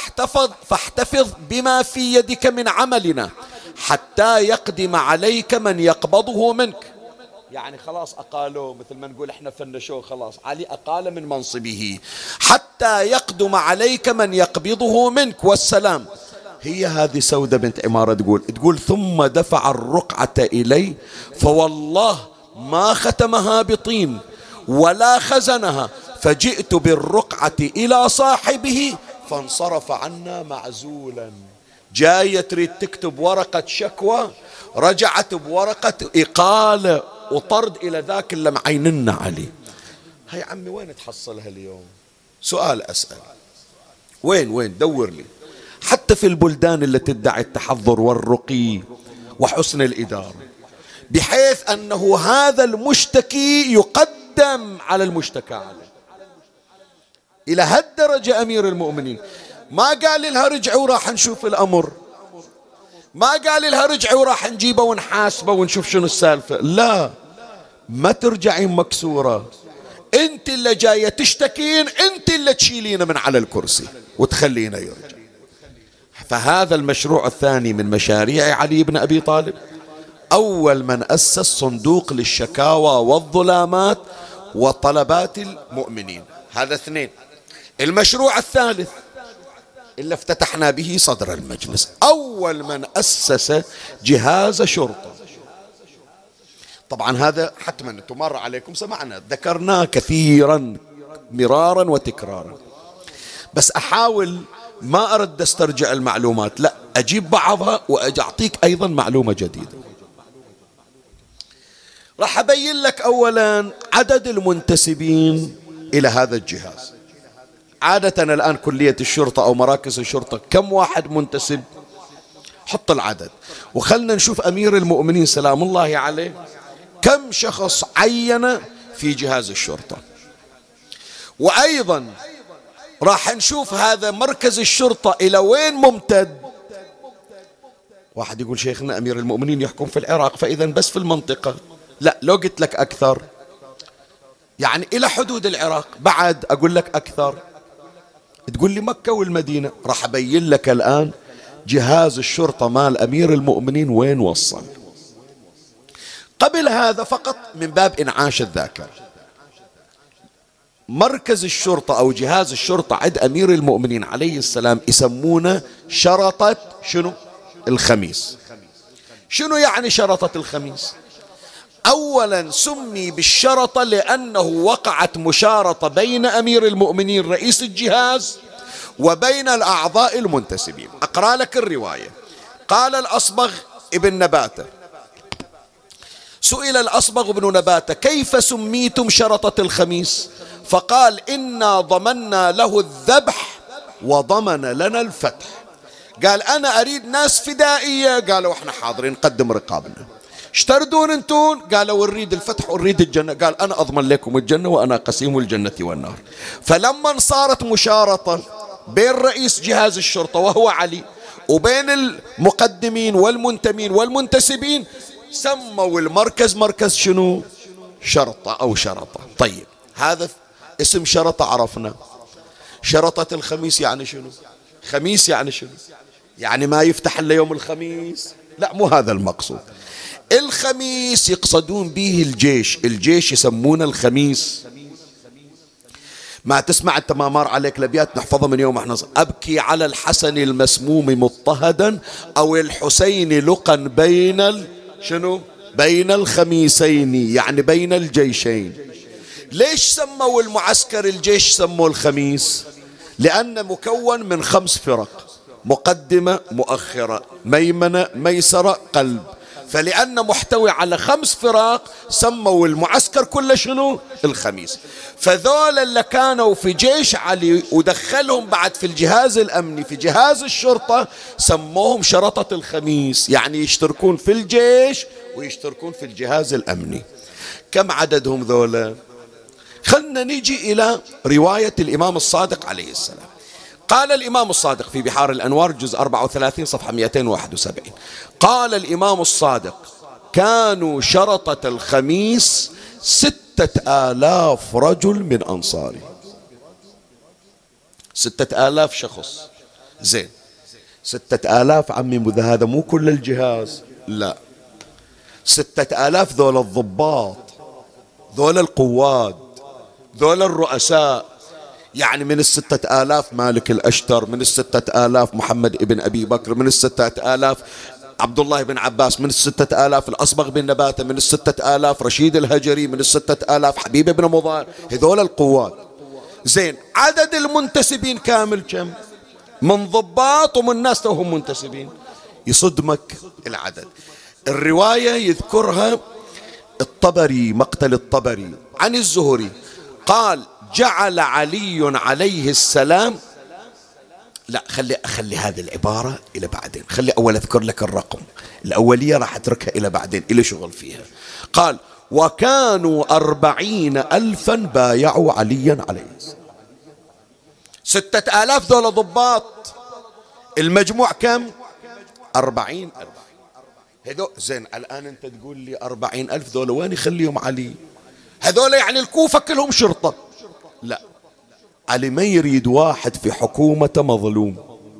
فاحتفظ بما في يدك من عملنا حتى يقدم عليك من يقبضه منك. يعني خلاص أقالوا، مثل ما نقول احنا فنشوه، خلاص علي أقال من منصبه، حتى يقدم عليك من يقبضه منك والسلام. هي هذه سودة بنت عمارة تقول ثم دفع الرقعة إلي فوالله ما ختمها بطين ولا خزنها، فجئت بالرقعة إلى صاحبه فانصرف عنا معزولا. جاية تريد تكتب ورقة شكوى، رجعت بورقة إقالة وطرد إلى ذاك اللي معيننا عليه. هاي عمي وين تحصلها اليوم؟ سؤال أسأل، وين دور لي. حتى في البلدان اللي تدعي التحضر والرقي وحسن الإدارة، بحيث أنه هذا المشتكي يقدم على المشتكى عليه. إلى هالدرجة أمير المؤمنين ما قال لها رجعي وراح نشوف الأمر، ما قال لها رجعي وراح نجيبه ونحاسبه ونشوف شنو السالفة، لا، ما ترجعين مكسورة، انت اللي جاية تشتكين، انت اللي تشيلين من على الكرسي وتخلينا يرجع. فهذا المشروع الثاني من مشاريع علي بن أبي طالب. أول من أسس صندوق للشكاوى والظلامات وطلبات المؤمنين، هذا اثنين. المشروع الثالث اللي افتتحنا به صدر المجلس، أول من أسس جهاز شرطة. طبعا هذا حتما تمر عليكم، سمعنا ذكرناه كثيرا مرارا وتكرارا، بس أحاول ما أرد استرجع المعلومات، لا، أجيب بعضها وأعطيك أيضا معلومة جديدة. راح أبين لك أولا عدد المنتسبين إلى هذا الجهاز. عادة الآن كلية الشرطة أو مراكز الشرطة كم واحد منتسب؟ حط العدد وخلنا نشوف أمير المؤمنين سلام الله عليه كم شخص عين في جهاز الشرطة. وأيضا راح نشوف هذا مركز الشرطة إلى وين ممتد. واحد يقول شيخنا أمير المؤمنين يحكم في العراق، فإذا بس في المنطقة. لا، لو قلت لك أكثر يعني إلى حدود العراق، بعد أقول لك أكثر تقول لي مكة والمدينة. راح أبين لك الآن جهاز الشرطة مال أمير المؤمنين وين وصل. قبل هذا فقط من باب إنعاش الذاكرة، مركز الشرطة أو جهاز الشرطة عند أمير المؤمنين عليه السلام يسمونه شرطة شنو؟ الخميس. شنو يعني شرطة الخميس؟ أولا سمي بالشرطة لأنه وقعت مشارطة بين أمير المؤمنين رئيس الجهاز وبين الأعضاء المنتسبين. أقرأ لك الرواية. قال الأصبغ ابن نباتة، سئل الأصبغ بن نباتة كيف سميتم شرطة الخميس؟ فقال إنا ضمنا له الذبح وضمن لنا الفتح. قال أنا أريد ناس فدائية، قالوا احنا حاضرين نقدم رقابنا. اشتردون انتون؟ قالوا نريد الفتح ونريد الجنة. قال أنا أضمن لكم الجنة وأنا قسيم الجنة والنار. فلما صارت مشارطة بين رئيس جهاز الشرطة وهو علي وبين المقدمين والمنتمين والمنتسبين، سموا المركز مركز شنو؟ شرطة أو شرطة. طيب هذا اسم شرطة عرفنا. شرطة الخميس يعني شنو؟ خميس يعني شنو؟ يعني ما يفتح إلا يوم الخميس؟ لا، مو هذا المقصود. الخميس يقصدون به الجيش، الجيش يسمونه الخميس. ما تسمع انت ما مر عليك الابيات نحفظها من يوم احنا ابكي على الحسن المسموم مضطهدا او الحسين لقا بين شنو؟ بين الخميسين، يعني بين الجيشين. ليش سموا المعسكر الجيش سموا الخميس؟ لأنه مكون من 5 فرق، مقدمة مؤخرة ميمنة ميسرة قلب. فلأنه محتوي على 5 فرق سموا المعسكر كله شنو؟ الخميس. فذول اللي كانوا في جيش علي ودخلهم بعد في الجهاز الأمني في جهاز الشرطة سموهم شرطة الخميس، يعني يشتركون في الجيش ويشتركون في الجهاز الأمني. كم عددهم ذولا؟ خلنا نيجي إلى رواية الإمام الصادق عليه السلام. قال الإمام الصادق في بحار الأنوار جزء 34 صفحة 271، قال الإمام الصادق كانوا شرطة الخميس 6000 رجل من أنصاري. 6000 شخص. زين 6000 عمي، هذا مو كل الجهاز، لا، 6000 ذول الضباط، ذول القواد، ذول الرؤساء. يعني من 6000 مالك الأشتر، من 6000 محمد ابن أبي بكر، من 6000 عبد الله بن عباس، من 6000 الأصبغ بن نباتة، من 6000 رشيد الهجري، من 6000 حبيب بن مضار. هذول القوات. زين عدد المنتسبين كامل كم؟ من ضباط ومن ناس توهم منتسبين. يصدمك العدد. الرواية يذكرها الطبري، مقتل الطبري عن الزهري قال جعل علي عليه السلام، لا خلي هذه العبارة إلى بعدين، خلي أول أذكر لك الرقم، الأولية راح أتركها إلى بعدين إلى شغل فيها. قال وكانوا 40,000 بايعوا عليا عليه السلام. 6,000 ذولا ضباط، المجموع كم؟ 40,000. هذول زين. الآن أنت تقول لي 40,000 ذولا وين يخليهم علي؟ هذول يعني الكوفة كلهم شرطة؟ لا، علي ما يريد واحد في حكومته مظلوم،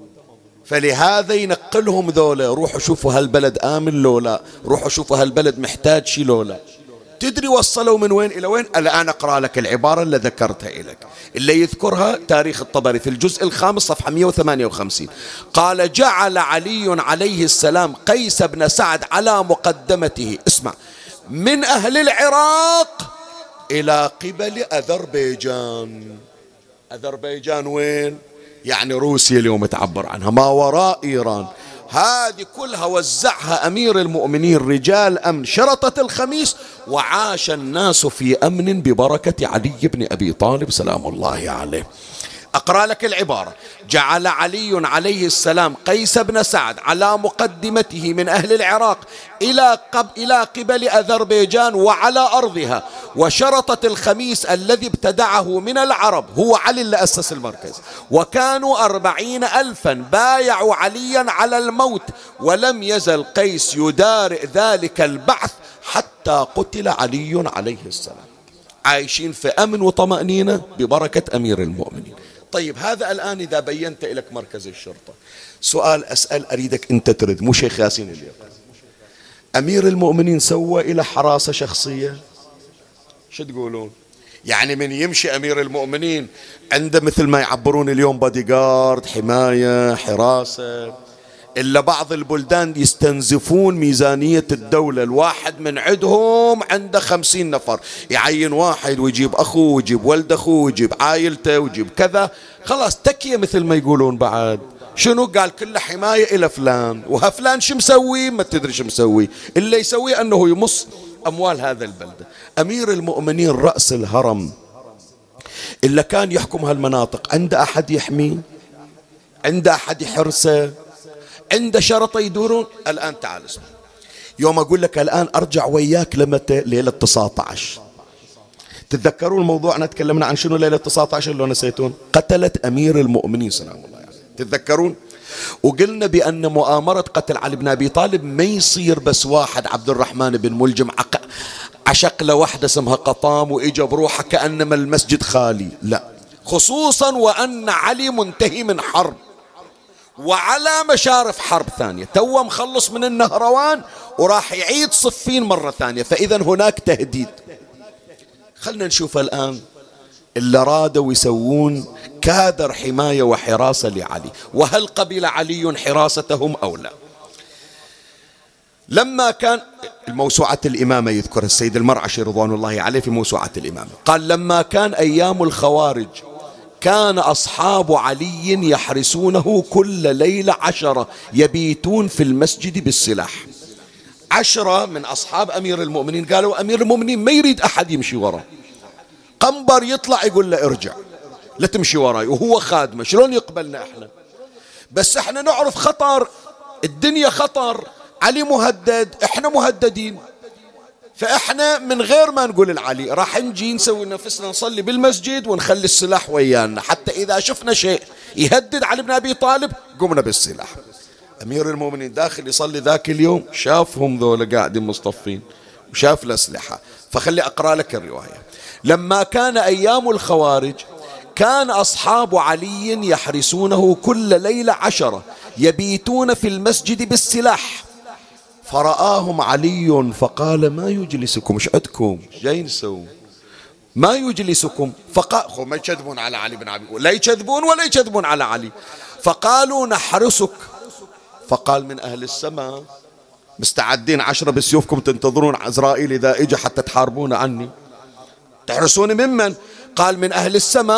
فلهذا ينقلهم ذولا. روحوا شوفوا هالبلد آمن لو لا، روحوا شوفوا هالبلد محتاج شي لو لا. تدري وصلوا من وين إلى وين؟ الآن أقرأ لك العبارة اللي ذكرتها لك، اللي يذكرها تاريخ الطبري في الجزء الخامس صفحة 158. قال جعل علي عليه السلام قيس بن سعد على مقدمته، اسمع، من أهل العراق إلى قبل أذربيجان. أذربيجان وين؟ يعني روسيا اليوم تعبر عنها، ما وراء إيران. هذه كلها وزعها أمير المؤمنين رجال أمن شرطة الخميس، وعاش الناس في أمن ببركة علي بن أبي طالب سلام الله عليه. أقرأ لك العبارة. جعل علي عليه السلام قيس بن سعد على مقدمته من أهل العراق إلى قبل أذربيجان وعلى أرضها، وشرطة الخميس الذي ابتدعه من العرب هو علي اللي أسس المركز، وكانوا 40,000 بايعوا عليا على الموت، ولم يزل قيس يدارئ ذلك البعث حتى قتل علي عليه السلام. عايشين في أمن وطمأنينة ببركة أمير المؤمنين. طيب هذا الآن إذا بينت لك مركز الشرطة، سؤال أسأل أريدك أنت ترد، مو شيخ ياسين اللي يقول. أمير المؤمنين سوى إلى حراسة شخصية؟ شو تقولون؟ يعني من يمشي أمير المؤمنين عنده مثل ما يعبرون اليوم بادي جارد، حماية، حراسة، إلا بعض البلدان يستنزفون ميزانية الدولة، الواحد من عندهم عنده 50 نفر، يعين واحد ويجيب أخوه ويجيب ولد أخوه ويجيب عائلته ويجيب كذا، خلاص تكية مثل ما يقولون. بعد شنو قال؟ كل حماية إلى فلان، وهفلان شو مسوي؟ ما تدري شو مسوي، اللي يسويه أنه يمص أموال هذا البلدة. أمير المؤمنين رأس الهرم إلا كان يحكم هالمناطق، عنده أحد يحميه؟ عنده أحد يحرسه؟ عنده شرطة يدورون؟ الآن تعال اسمع، يوم أقول لك الآن أرجع وياك لمتى؟ ليلة 19. تتذكرون موضوعنا تكلمنا عن شنو ليلة 19 اللي نسيتون؟ قتلت أمير المؤمنين سلام الله عليه. تتذكرون؟ وقلنا بأن مؤامرة قتل علي بن أبي طالب ما يصير بس واحد عبد الرحمن بن ملجم عشق له واحدة اسمها قطام وإجا بروحه كأنما المسجد خالي، لا، خصوصا وأن علي منتهي من حرب وعلى مشارف حرب ثانية، تو مخلص من النهروان وراح يعيد صفين مرة ثانية، فإذا هناك تهديد. خلنا نشوف الآن اللي رادوا يسوون كادر حماية وحراسة لعلي، وهل قبل علي حراستهم أو لا؟ لما كان الموسوعة الإمامة يذكر السيد المرعشي رضوان الله عليه في موسوعة الإمامة، قال لما كان أيام الخوارج كان أصحاب علي يحرسونه كل ليلة 10 يبيتون في المسجد بالسلاح. 10 من أصحاب أمير المؤمنين قالوا أمير المؤمنين ما يريد أحد يمشي وراه، قنبر يطلع يقول له ارجع لا تمشي وراي، وهو خادمه، شلون يقبلنا احنا؟ بس احنا نعرف خطر الدنيا، خطر علي مهدد، احنا مهددين، فاحنا من غير ما نقول العلي راح نجي نسوي نفسنا نصلي بالمسجد ونخلي السلاح ويانا، حتى اذا شفنا شيء يهدد علي بن ابي طالب قمنا بالسلاح. امير المؤمنين داخل يصلي ذاك اليوم شافهم ذولا قاعدين مصطفين وشاف الاسلحه، فخلي اقرا لك الروايه. لما كان ايام الخوارج كان أصحاب علي يحرسونه كل ليلة 10 يبيتون في المسجد بالسلاح، فرآهم علي فقال ما يجلسكم، ايش عندكم جايين تسوون؟ ما يجلسكم؟ فقال ما يكذبون على علي بن أبي، لا يكذبون ولا يكذبون على علي، فقالوا نحرسك، فقال من أهل السماء، مستعدين 10 بسيوفكم تنتظرون عزرائيل إذا إجا حتى تحاربون عني، تحرسون ممن؟ قال من أهل السماء،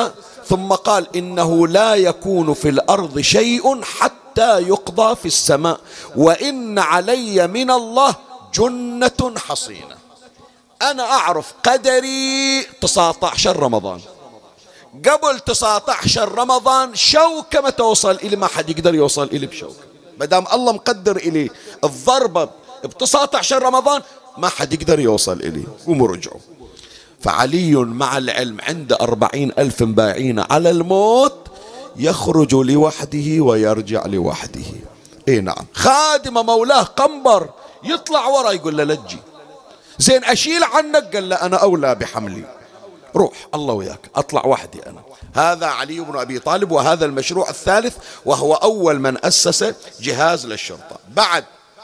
ثم قال إنه لا يكون في الأرض شيء حتى يقضى في السماء، وإن علي من الله جنة حصينة. أنا أعرف قدري 19 رمضان، قبل 19 رمضان شوكة ما توصل إلي، ما حد يقدر يوصل إلي بشوكة، مدام الله مقدر إلي الضربة ب 19 رمضان ما حد يقدر يوصل إلي. قوموا رجعوا. فعلي مع العلم عنده 40,000 باعين على الموت، يخرج لوحده ويرجع لوحده. اي نعم. خادم مولاه قنبر يطلع ورا يقول له لا تجي، زين أشيل عنك، قال له أنا أولى بحملي، روح الله وياك، أطلع وحدي أنا. هذا علي بن أبي طالب، وهذا المشروع الثالث، وهو أول من أسس جهاز للشرطة. بعد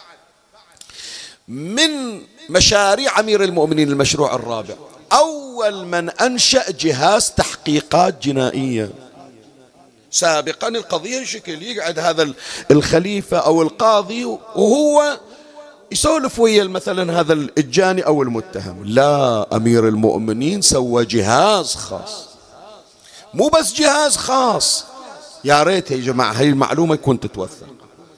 من مشاريع أمير المؤمنين المشروع الرابع، أول من أنشأ جهاز تحقيقات جنائية. سابقا القضية شكل يقعد هذا الخليفة أو القاضي وهو يسولف ويا مثلا هذا الجاني أو المتهم، لا، أمير المؤمنين سوى جهاز خاص. مو بس جهاز خاص، يا ريت يا جماعة هاي المعلومة يكون تتوثق،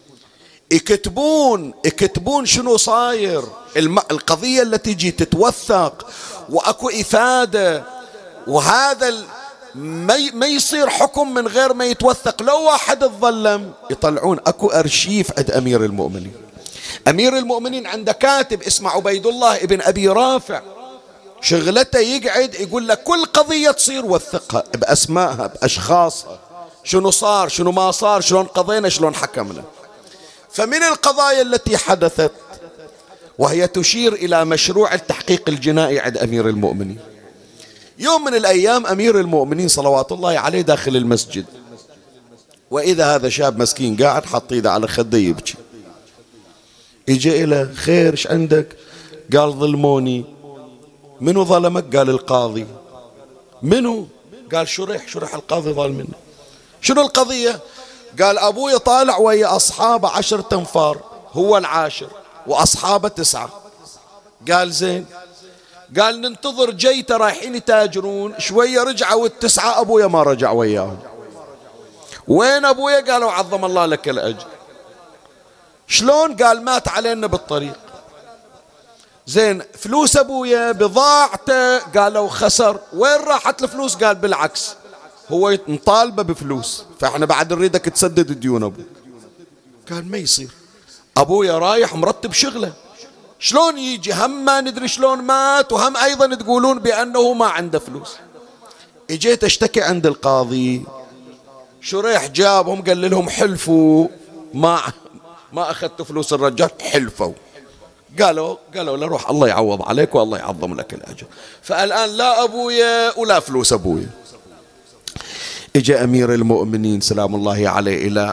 يكتبون شنو صاير، القضية اللي تجي تتوثق وأكو إفادة، وهذا ما يصير حكم من غير ما يتوثق. لو واحد اتظلم يطلعون أكو أرشيف عند أمير المؤمنين. أمير المؤمنين عنده كاتب اسمه عبيد الله ابن أبي رافع، شغلته يقعد يقول لك كل قضية تصير وثقها بأسمائها بأشخاصها، شنو صار شنو ما صار، شلون قضينا شلون حكمنا. فمن القضايا التي حدثت وهي تشير إلى مشروع التحقيق الجنائي عند أمير المؤمنين، يوم من الأيام أمير المؤمنين صلوات الله عليه داخل المسجد، وإذا هذا شاب مسكين قاعد حط ايده على خده يبكي. يجي إلى خير ايش عندك؟ قال ظلموني. منو ظلمك؟ قال القاضي. منو؟ قال شريح القاضي ظالمني. شنو القضية؟ قال أبوي طالع ويا أصحابه 10 تنفار، هو العاشر وأصحابه 9. قال زين، قال ننتظر جيته رايحين يتاجرون، شوية رجعوا ال9 أبويا ما رجع وياهم. وين أبويا؟ قالوا عظم الله لك الأجر. شلون؟ قال مات علينا بالطريق. زين فلوس أبويا بضاعته قالوا خسر، وين راحت الفلوس؟ قال بالعكس هو مطالبه بفلوس، فاحنا بعد نريدك تسدد الديون أبوك. قال ما يصير، أبويا رايح مرتب شغله، شلون يجي هم ما ندري شلون مات، وهم أيضا تقولون بأنه ما عنده فلوس. اجيت اشتكي عند القاضي، شريح جابهم قال لهم حلفوا، ما أخذت فلوس الرجال، حلفوا. قالوا له روح الله يعوض عليك والله يعظم لك الأجر. فالآن لا أبويا ولا فلوس أبويا. اجى أمير المؤمنين سلام الله عليه إلى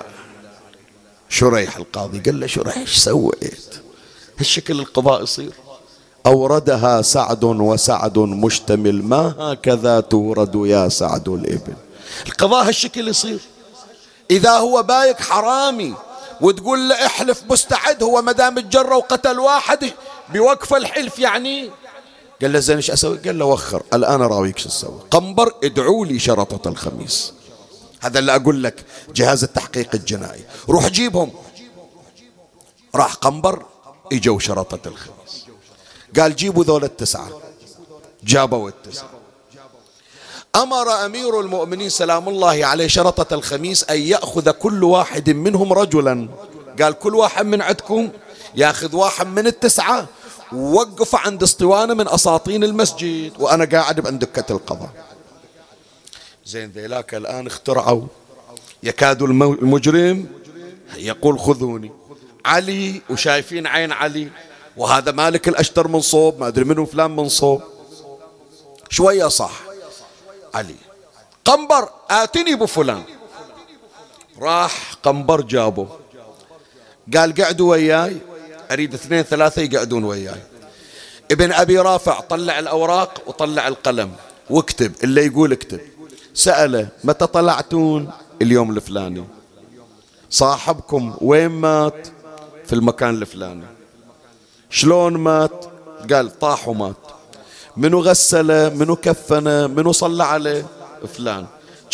شريح القاضي، قال له شريح ايش سويت؟ هالشكل القضاء يصير؟ أوردها سعد وسعد مشتمل، ما هكذا تورد يا سعد الإبل. القضاء هالشكل يصير؟ إذا هو بايك حرامي وتقول له احلف مستعد، هو مدام اتجرى وقتل واحد بوقف الحلف يعني. قال له زين ايش اسوي؟ قال له وخر، الان اراويك شو تسوي. قنبر ادعوا لي شرطة الخميس، هذا اللي اقول لك جهاز التحقيق الجنائي، روح جيبهم. راح قنبر، اجوا شرطة الخميس، قال جيبوا ذول ال9. جابوا ال9. أمر أمير المؤمنين سلام الله عليه شرطة الخميس أن يأخذ كل واحد منهم رجلا. قال كل واحد من عندكم يأخذ واحد من ال9 ووقف عند اسطوانة من أساطين المسجد، وأنا قاعد عند دكة القضاء. زين ذيلاك الآن اخترعوا، يكاد المجرم يقول خذوني. علي وشايفين عين علي، وهذا مالك الأشتر من صوب، ما أدري منه فلان من صوب، شوية صح علي. قنبر آتني بفلان. راح قنبر جابه، قال قعدوا وياي، أريد 2 3 يقعدون وياي. ابن أبي رافع طلع الأوراق وطلع القلم واكتب، اللي يقول اكتب. سأله متى طلعتون؟ اليوم الفلاني. صاحبكم وين مات؟ في المكان الفلاني. شلون مات؟ قال طاح ومات. منو غسله؟ منو كفنه؟ منو صلى عليه؟ فلان.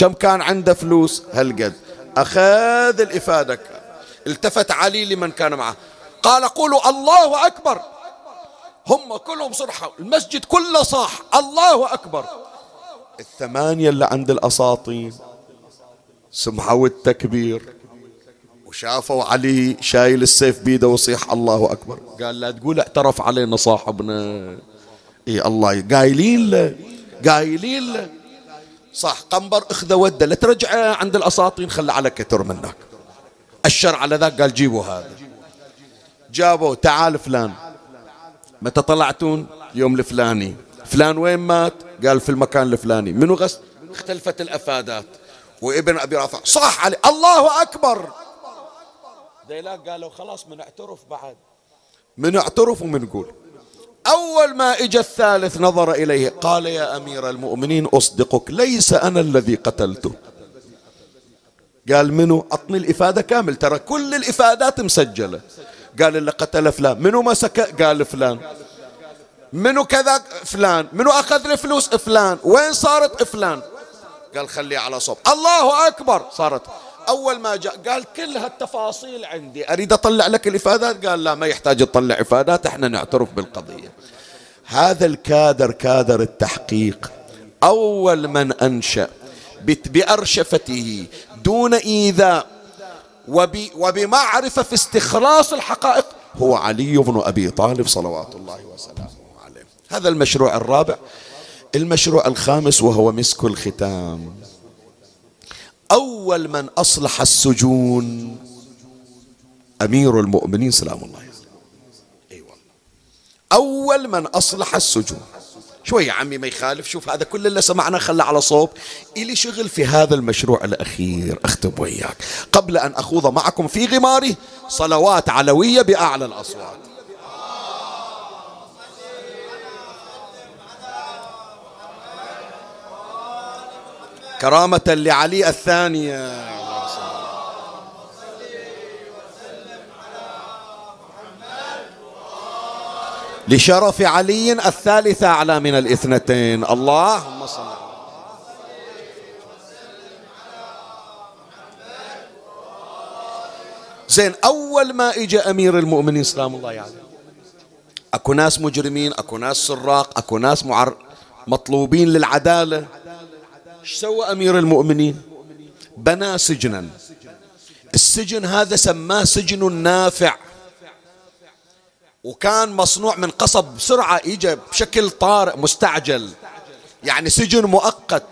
كم كان عنده فلوس؟ هالقد. أخذ الإفادة. التفت علي لمن كان معه قال قولوا الله أكبر. هم كلهم صرحوا، المسجد كله صاح الله أكبر. الثمانية اللي عند الأساطين سمعوا التكبير وشافوا علي شايل السيف بيده وصيح الله أكبر. قال لا تقول اعترف علينا صاحبنا. اي الله قايلين له صح. قنبر اخذ وده لا ترجع عند الأساطين، خلى على كتر منك. أشر على ذاك قال جيبوا هذا. جابوا تعال فلان متى طلعتون؟ يوم الفلاني. فلان وين مات؟ قال في المكان الفلاني. منو غس؟ اختلفت الأفادات. وابن أبي رافع صح علي الله أكبر. ذيلاك قالوا خلاص من اعترف بعد، من اعترف ومن نقول. أول ما إجا الثالث نظر إليه قال يا أمير المؤمنين أصدقك ليس أنا الذي قتلته. قال منو؟ أعطني الإفادة كامل، ترى كل الإفادات مسجلة. قال اللي قتل فلان. منو مسك؟ قال فلان. منو كذا؟ فلان. منو أخذ الفلوس؟ فلان. وين صارت؟ فلان. قال خليه على صوب الله أكبر. صارت. أول ما جاء قال كل هالتفاصيل عندي، أريد أطلع لك الإفادات. قال لا ما يحتاج تطلع إفادات، احنا نعترف بالقضية. هذا الكادر كادر التحقيق، أول من أنشأ بأرشفته دون إيذاء وبمعرفة في استخلاص الحقائق هو علي بن أبي طالب صلوات الله وسلامه عليه. هذا المشروع الرابع. المشروع الخامس وهو مسك الختام. أول من أصلح السجون أمير المؤمنين سلام الله عليه. أي والله أول من أصلح السجون. شوي يا عمي ما يخالف، شوف هذا كل اللي سمعنا خلى على صوب. إلي شغل في هذا المشروع الأخير أختم وياك قبل أن أخوض معكم في غماره صلوات علوية بأعلى الأصوات. كرامة لعلي الثانية. لشرف علي الثالثة أعلى من الاثنتين. اللهم صل. زين أول ما إجى أمير المؤمنين سلام الله عليه أكو ناس مجرمين، أكو ناس سراق، أكو ناس مطلوبين للعدالة. ايش سوى أمير المؤمنين؟ بنى سجنا. السجن هذا سماه سجن نافع، وكان مصنوع من قصب بسرعة، إجا بشكل طارئ مستعجل، يعني سجن مؤقت،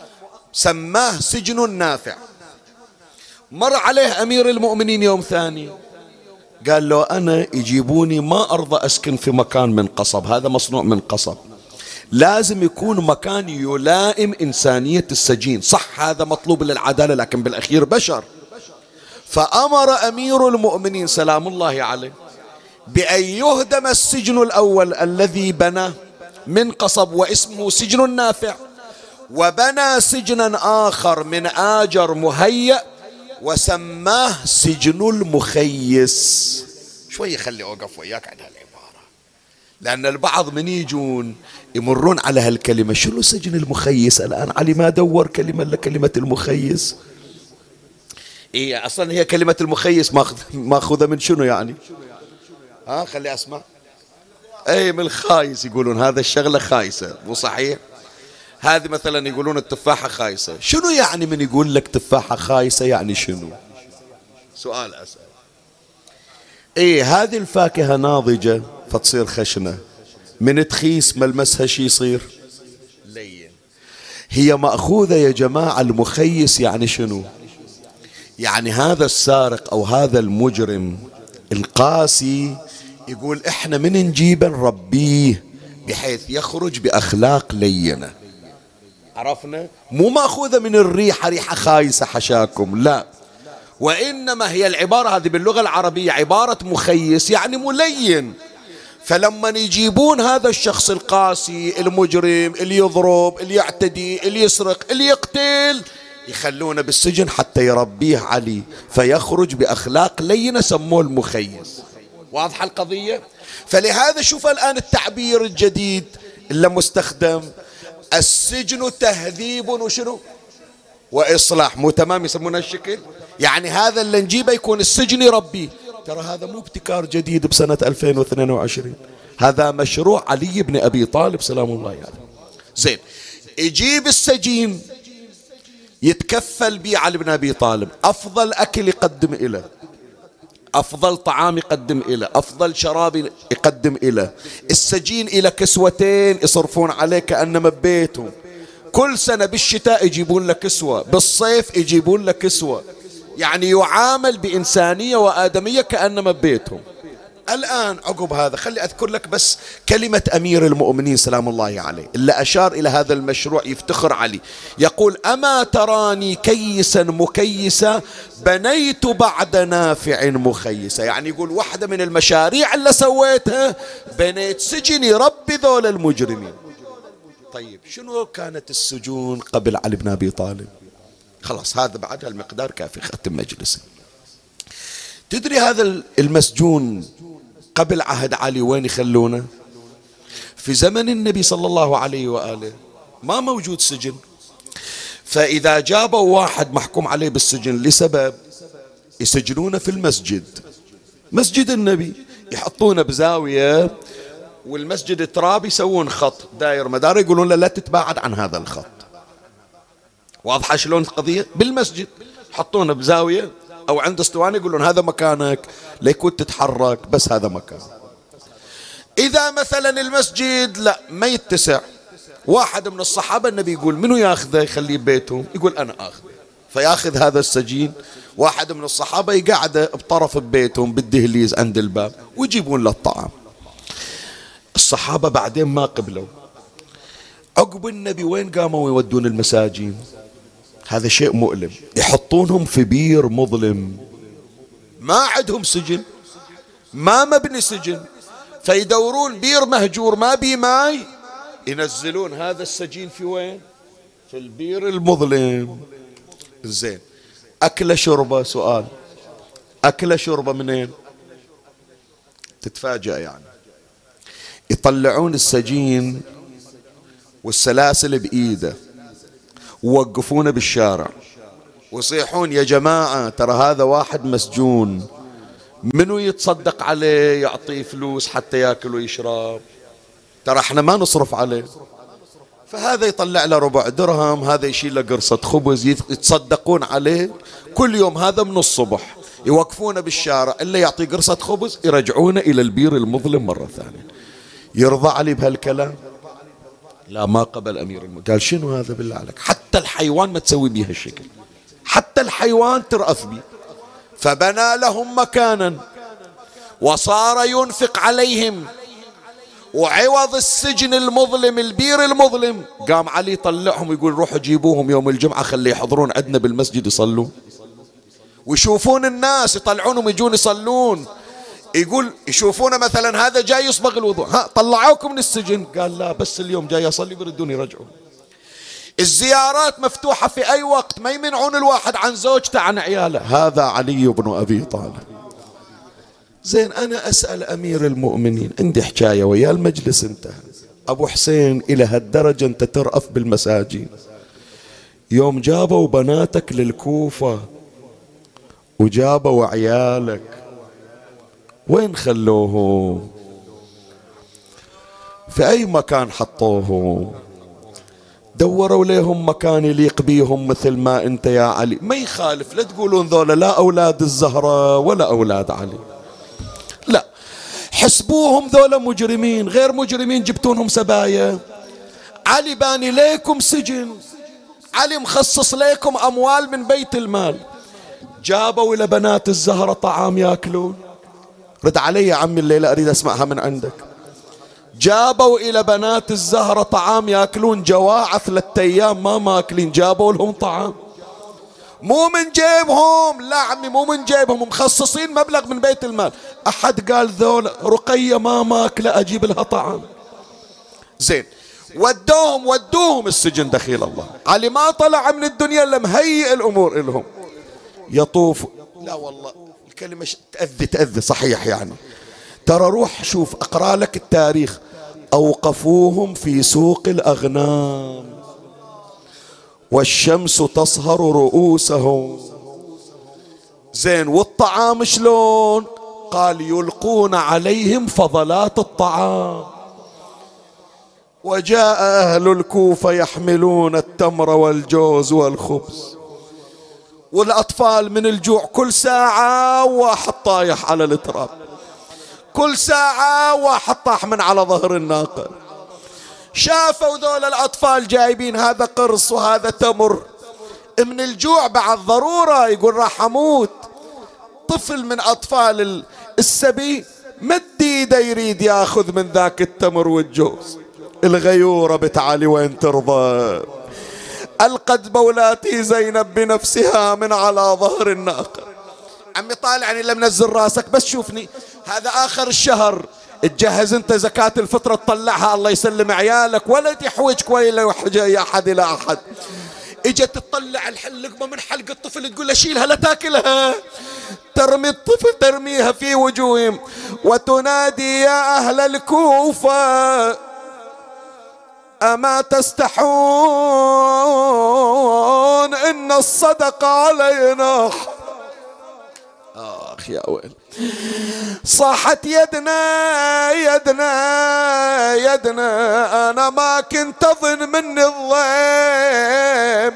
سماه سجن نافع. مر عليه أمير المؤمنين يوم ثاني قال له أنا يجيبوني ما أرضى أسكن في مكان من قصب، هذا مصنوع من قصب، لازم يكون مكان يلائم إنسانية السجين. صح هذا مطلوب للعدالة لكن بالأخير بشر. فأمر أمير المؤمنين سلام الله عليه بأن يهدم السجن الأول الذي بنى من قصب واسمه سجن نافع، وبنى سجنا آخر من آجر مهيأ وسماه سجن المخيس. شوي خلي أوقف وياك عن هالعبارة، لأن البعض من يجون يمرون على هالكلمة، شنو سجن المخيس؟ الآن علي ما دور كلمة لكلمة المخيس. إيه أصلا هي كلمة المخيس ماخذة من شنو يعني؟ خلي أسمع. أي من الخايس، يقولون هذا الشغلة خايسة، مو صحيح؟ هذه مثلا يقولون التفاحة خايسة. شنو يعني من يقول لك تفاحة خايسة؟ يعني شنو؟ سؤال أسأل. إيه هذه الفاكهة ناضجة فتصير خشنة، من تخيس ملمسها شي يصير لين. هي مأخوذة يا جماعة المخيس يعني شنو؟ يعني هذا السارق أو هذا المجرم القاسي يقول إحنا من نجيبه نربيه بحيث يخرج بأخلاق لينة. عرفنا؟ مو مأخوذة من الريحة، ريحة خايسة حشاكم، لا، وإنما هي العبارة هذه باللغة العربية عبارة مخيس يعني ملين. فلما يجيبون هذا الشخص القاسي المجرم اللي يضرب اللي يعتدي اللي يسرق اللي يقتل يخلونه بالسجن حتى يربيه علي فيخرج بأخلاق لينة، سموه المخيس. واضحة القضية؟ فلهذا شوف الآن التعبير الجديد اللي مستخدم، السجن تهذيب وشنو وإصلاح، مو تمام يسمونه الشكل. يعني هذا اللي نجيبه يكون السجن يربيه. ترى هذا مو ابتكار جديد بسنة 2022، هذا مشروع علي بن أبي طالب سلام الله عليه. زين، يجيب السجين يتكفل به علي بن أبي طالب، أفضل أكل يقدم إليه، أفضل طعام يقدم إليه، أفضل شراب يقدم إليه. السجين إلى كسوتين يصرفون عليه كأنما ببيتهم، كل سنة بالشتاء يجيبون له كسوة، بالصيف يجيبون له كسوة، يعني يعامل بإنسانية وآدمية كأنما ببيتهم. الآن عقب هذا خلي أذكر لك بس كلمة أمير المؤمنين سلام الله عليه اللي أشار إلى هذا المشروع، يفتخر عليه، يقول: أما تراني كيسا مكيسا بنيت بعد نافع مخيسا. يعني يقول واحدة من المشاريع اللي سويتها بنيت سجن يربي ذول المجرمين. طيب شنو كانت السجون قبل علي بن أبي طالب؟ خلاص هذا بعد المقدار كافي، ختم مجلسي. تدري هذا المسجون قبل عهد علي وين يخلونه؟ في زمن النبي صلى الله عليه وآله ما موجود سجن، فإذا جابوا واحد محكوم عليه بالسجن لسبب يسجنونه في المسجد، مسجد النبي، يحطونه بزاوية، والمسجد تراب، يسوون خط داير مدار، يقولون له لا تتباعد عن هذا الخط. واضحة شلون القضية؟ بالمسجد يحطونه بزاوية أو عند اسطوانة، يقولون هذا مكانك ليكون تتحرك، بس هذا مكان. إذا مثلا المسجد لا ما يتسع، واحد من الصحابة النبي يقول منو ياخذه يخليه ببيته؟ يقول أنا آخذه، فياخذ هذا السجين واحد من الصحابة يقعده بطرف ببيتهم بالدهليز عند الباب ويجيبون له الطعام. الصحابة بعدين ما قبلوا، عقب النبي وين قاموا يودون المساجين؟ هذا شيء مؤلم، يحطونهم في بير مظلم، ما عندهم سجن، ما مبني سجن، فيدورون بير مهجور ما بي ماي، ينزلون هذا السجين في وين؟ في البير المظلم. زين، أكله شربه، سؤال، أكله شربه منين؟ تتفاجأ يعني. يطلعون السجين والسلاسل بإيده ووقفونه بالشارع ويصيحون يا جماعة ترى هذا واحد مسجون، منو يتصدق عليه يعطيه فلوس حتى ياكل ويشرب، ترى احنا ما نصرف عليه. فهذا يطلع له ربع درهم، هذا يشيل له قرصة خبز، يتصدقون عليه كل يوم. هذا من الصبح يوقفونه بالشارع، اللي يعطي قرصة خبز يرجعونه إلى البير المظلم مرة ثانية. يرضى علي بهالكلام؟ لا، ما قبل أمير المؤمنين، قال شنو هذا بالله عليك؟ حتى الحيوان ما تسوي بيه هالشكل، حتى الحيوان ترأف بيه. فبنى لهم مكانا وصار ينفق عليهم، وعوض السجن المظلم البير المظلم قام علي يطلعهم ويقول روحوا جيبوهم يوم الجمعة خليه يحضرون عندنا بالمسجد يصلون، ويشوفون الناس يطلعونهم يجون يصلون. يقول يشوفونه مثلا هذا جاي يصبغ الوضوء، ها طلعوكم من السجن؟ قال لا، بس اليوم جاي أصلي بردون يرجعون. الزيارات مفتوحة في أي وقت، ما يمنعون الواحد عن زوجته عن عياله. هذا علي بن أبي طالب. زين، أنا أسأل أمير المؤمنين، عندي حكاية ويا المجلس انتهى، أبو حسين إلى هالدرجة أنت ترأف بالمساجين؟ يوم جابوا بناتك للكوفة وجابوا عيالك وين خلوه؟ في أي مكان حطوه؟ دوروا لهم مكان يليق بيهم مثل ما أنت يا علي. ما يخالف، لا تقولون ذولا لا أولاد الزهرة ولا أولاد علي، لا، حسبوهم ذولا مجرمين، غير مجرمين جبتونهم سبايا. علي باني ليكم سجن، علي مخصص ليكم أموال من بيت المال، جابوا إلى بنات الزهرة طعام يأكلون. رد علي يا عمي الليلة أريد أسمعها من عندك. جابوا إلى بنات الزهرة طعام يأكلون، جواعة 3 أيام ما ماكلين، جابوا لهم طعام مو من جيبهم، لا عمي مو من جيبهم، مخصصين مبلغ من بيت المال. أحد قال ذول رقية ما ماكلة أجيب لها طعام؟ زين، ودوهم السجن دخيل الله. علي ما طلع من الدنيا إلا مهيئ الأمور إلهم. يطوف، لا والله الكلمة تأذي صحيح يعني. ترى روح شوف، أقرأ لك التاريخ، أوقفوهم في سوق الأغنام والشمس تصهر رؤوسهم. زين، والطعام شلون؟ قال يلقون عليهم فضلات الطعام. وجاء أهل الكوفة يحملون التمر والجوز والخبز، والأطفال من الجوع كل ساعة واحد طايح على التراب، كل ساعة واحد طاح من على ظهر الناقة. شافوا ذول الأطفال جايبين هذا قرص وهذا تمر، من الجوع بعد ضرورة يقول راح أموت. طفل من أطفال السبي مد ايده يريد ياخذ من ذاك التمر والجوز. الغيورة بتعالي وين ترضى، ألقت بولاتي زينب بنفسها من على ظهر الناقة. عمي طالعني لم نزل راسك بس شوفني، هذا آخر الشهر، تجهز انت زكاة الفطرة تطلعها، الله يسلم عيالك، ولا تحوجك ولا يحوج أحد إلى أحد. اجت تطلع اللقمة من حلق الطفل تقول له شيلها لا تاكلها، ترمي الطفل ترميها في وجوههم وتنادي يا أهل الكوفة أما تستحون إن الصدق علينا. آخ يا ويل. صاحت يدنا يدنا يدنا أنا ما كنت أظن مني الضيم،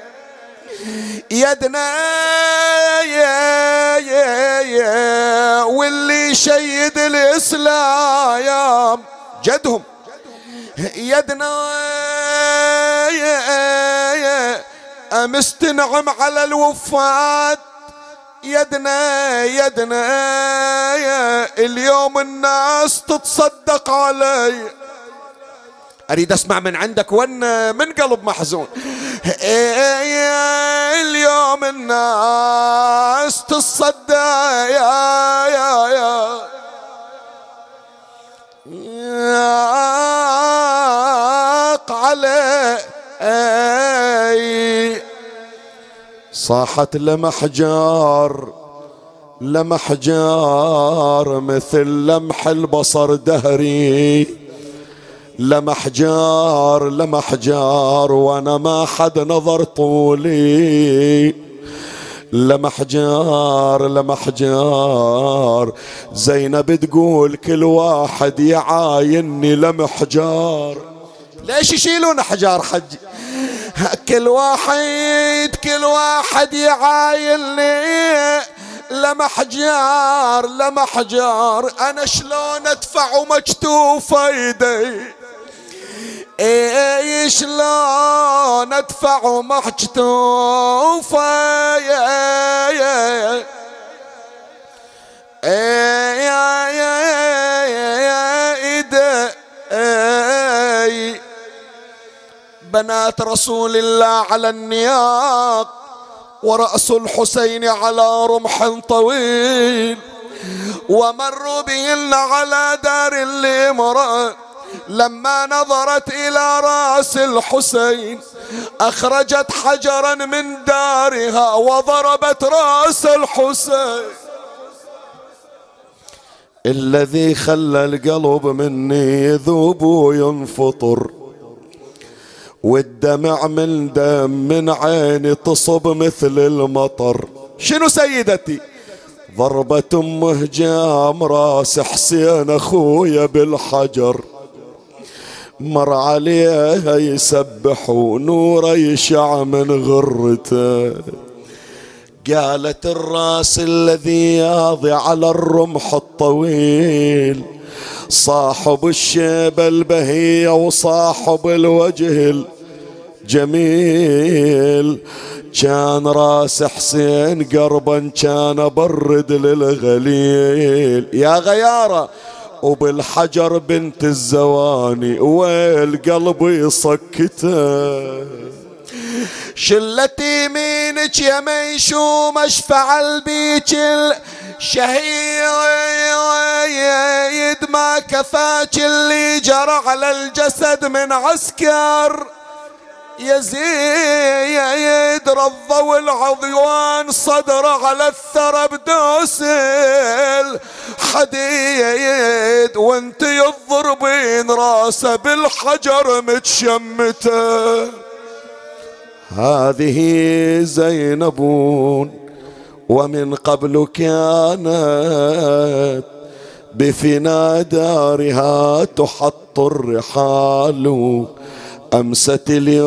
يدنا يا واللي شيد الإسلام جدهم، يدنا يا أمس تنعم على الوفات، يدنا يدنا يا اليوم الناس تتصدق علي. أريد أسمع من عندك من قلب محزون. اليوم الناس تتصدق يا علي. صاحت لمحجار لمحجار مثل لمح البصر دهري، لمحجار لمحجار وانا ما حد نظر طولي، لمحجار لمحجار. زينب تقول كل واحد يعايني لمحجار. ليش يشيلون احجار حجي؟ كل واحد يعايني لمحجار لمحجار. انا شلون ادفع ومكتوف ايدي، شلون ادفع ومكتوف ايدي. بنات رسول الله على النياق ورأس الحسين على رمح طويل، ومروا بهن على دار الامرأة. لما نظرت إلى رأس الحسين أخرجت حجرا من دارها وضربت رأس الحسين. الذي خلى القلب مني يذوب وينفطر، والدمع من دم من عيني تصب مثل المطر. شنو سيدتي؟ ضربة مهجام راس حسين اخويا بالحجر، مر عليها يسبح ونوره يشع من غرته. قالت الراس الذي ياضي على الرمح الطويل، صاحب الشيبة البهية وصاحب الوجه الجميل. كان راس حسين قربا كان برد للغليل. يا غيارة وبالحجر بنت الزواني والقلب يصكته. شلتي يمينك يا ميشوم اشفع البيك الشهيد، ما كفاك اللي جرى على الجسد من عسكر. يزيد رضوا العضوان صدر على الثرى بدوس الحديد، وانت يضربين راسه بالحجر متشمته. هذه زينب ومن قبل كانت بفنا دارها تحط الرحال، أمست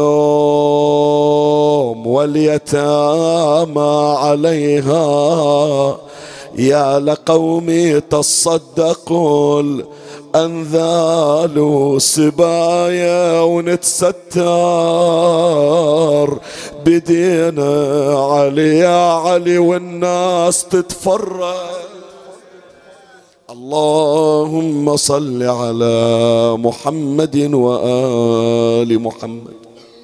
اليوم واليتامى عليها، يا لقومي تصدقوا الأنذال، سبايا ونتستر بدينا علي يا علي والناس تتفرج. اللهم صل على محمد وآل محمد.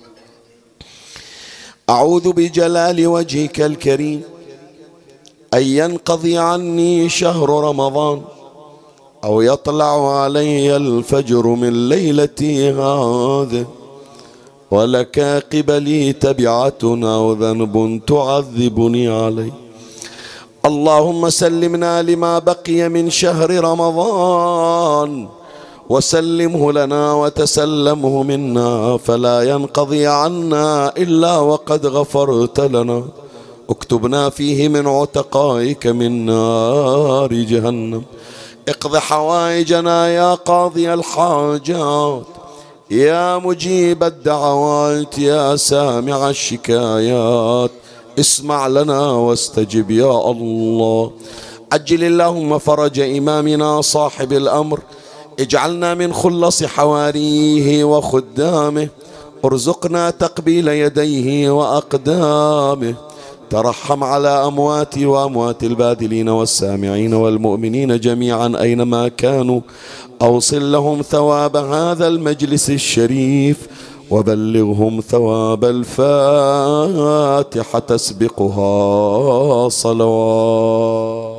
أعوذ بجلال وجهك الكريم أن ينقضي عني شهر رمضان أو يطلع علي الفجر من ليلتي هذه، ولك قبلي تبعة أو ذنب تعذبني عليه. اللهم سلمنا لما بقي من شهر رمضان وسلمه لنا وتسلمه منا، فلا ينقضي عنا إلا وقد غفرت لنا. اكتبنا فيه من عتقائك من نار جهنم. اقض حوائجنا يا قاضي الحاجات، يا مجيب الدعوات، يا سامع الشكايات، اسمع لنا واستجب يا الله. عجل اللهم فرج إمامنا صاحب الأمر، اجعلنا من خلص حواريه وخدامه، ارزقنا تقبيل يديه وأقدامه. ترحم على أمواتي وأموات الباذلين والسامعين والمؤمنين جميعا أينما كانوا، أوصل لهم ثواب هذا المجلس الشريف، وبلغهم ثواب الفاتحة تسبقها صلوات.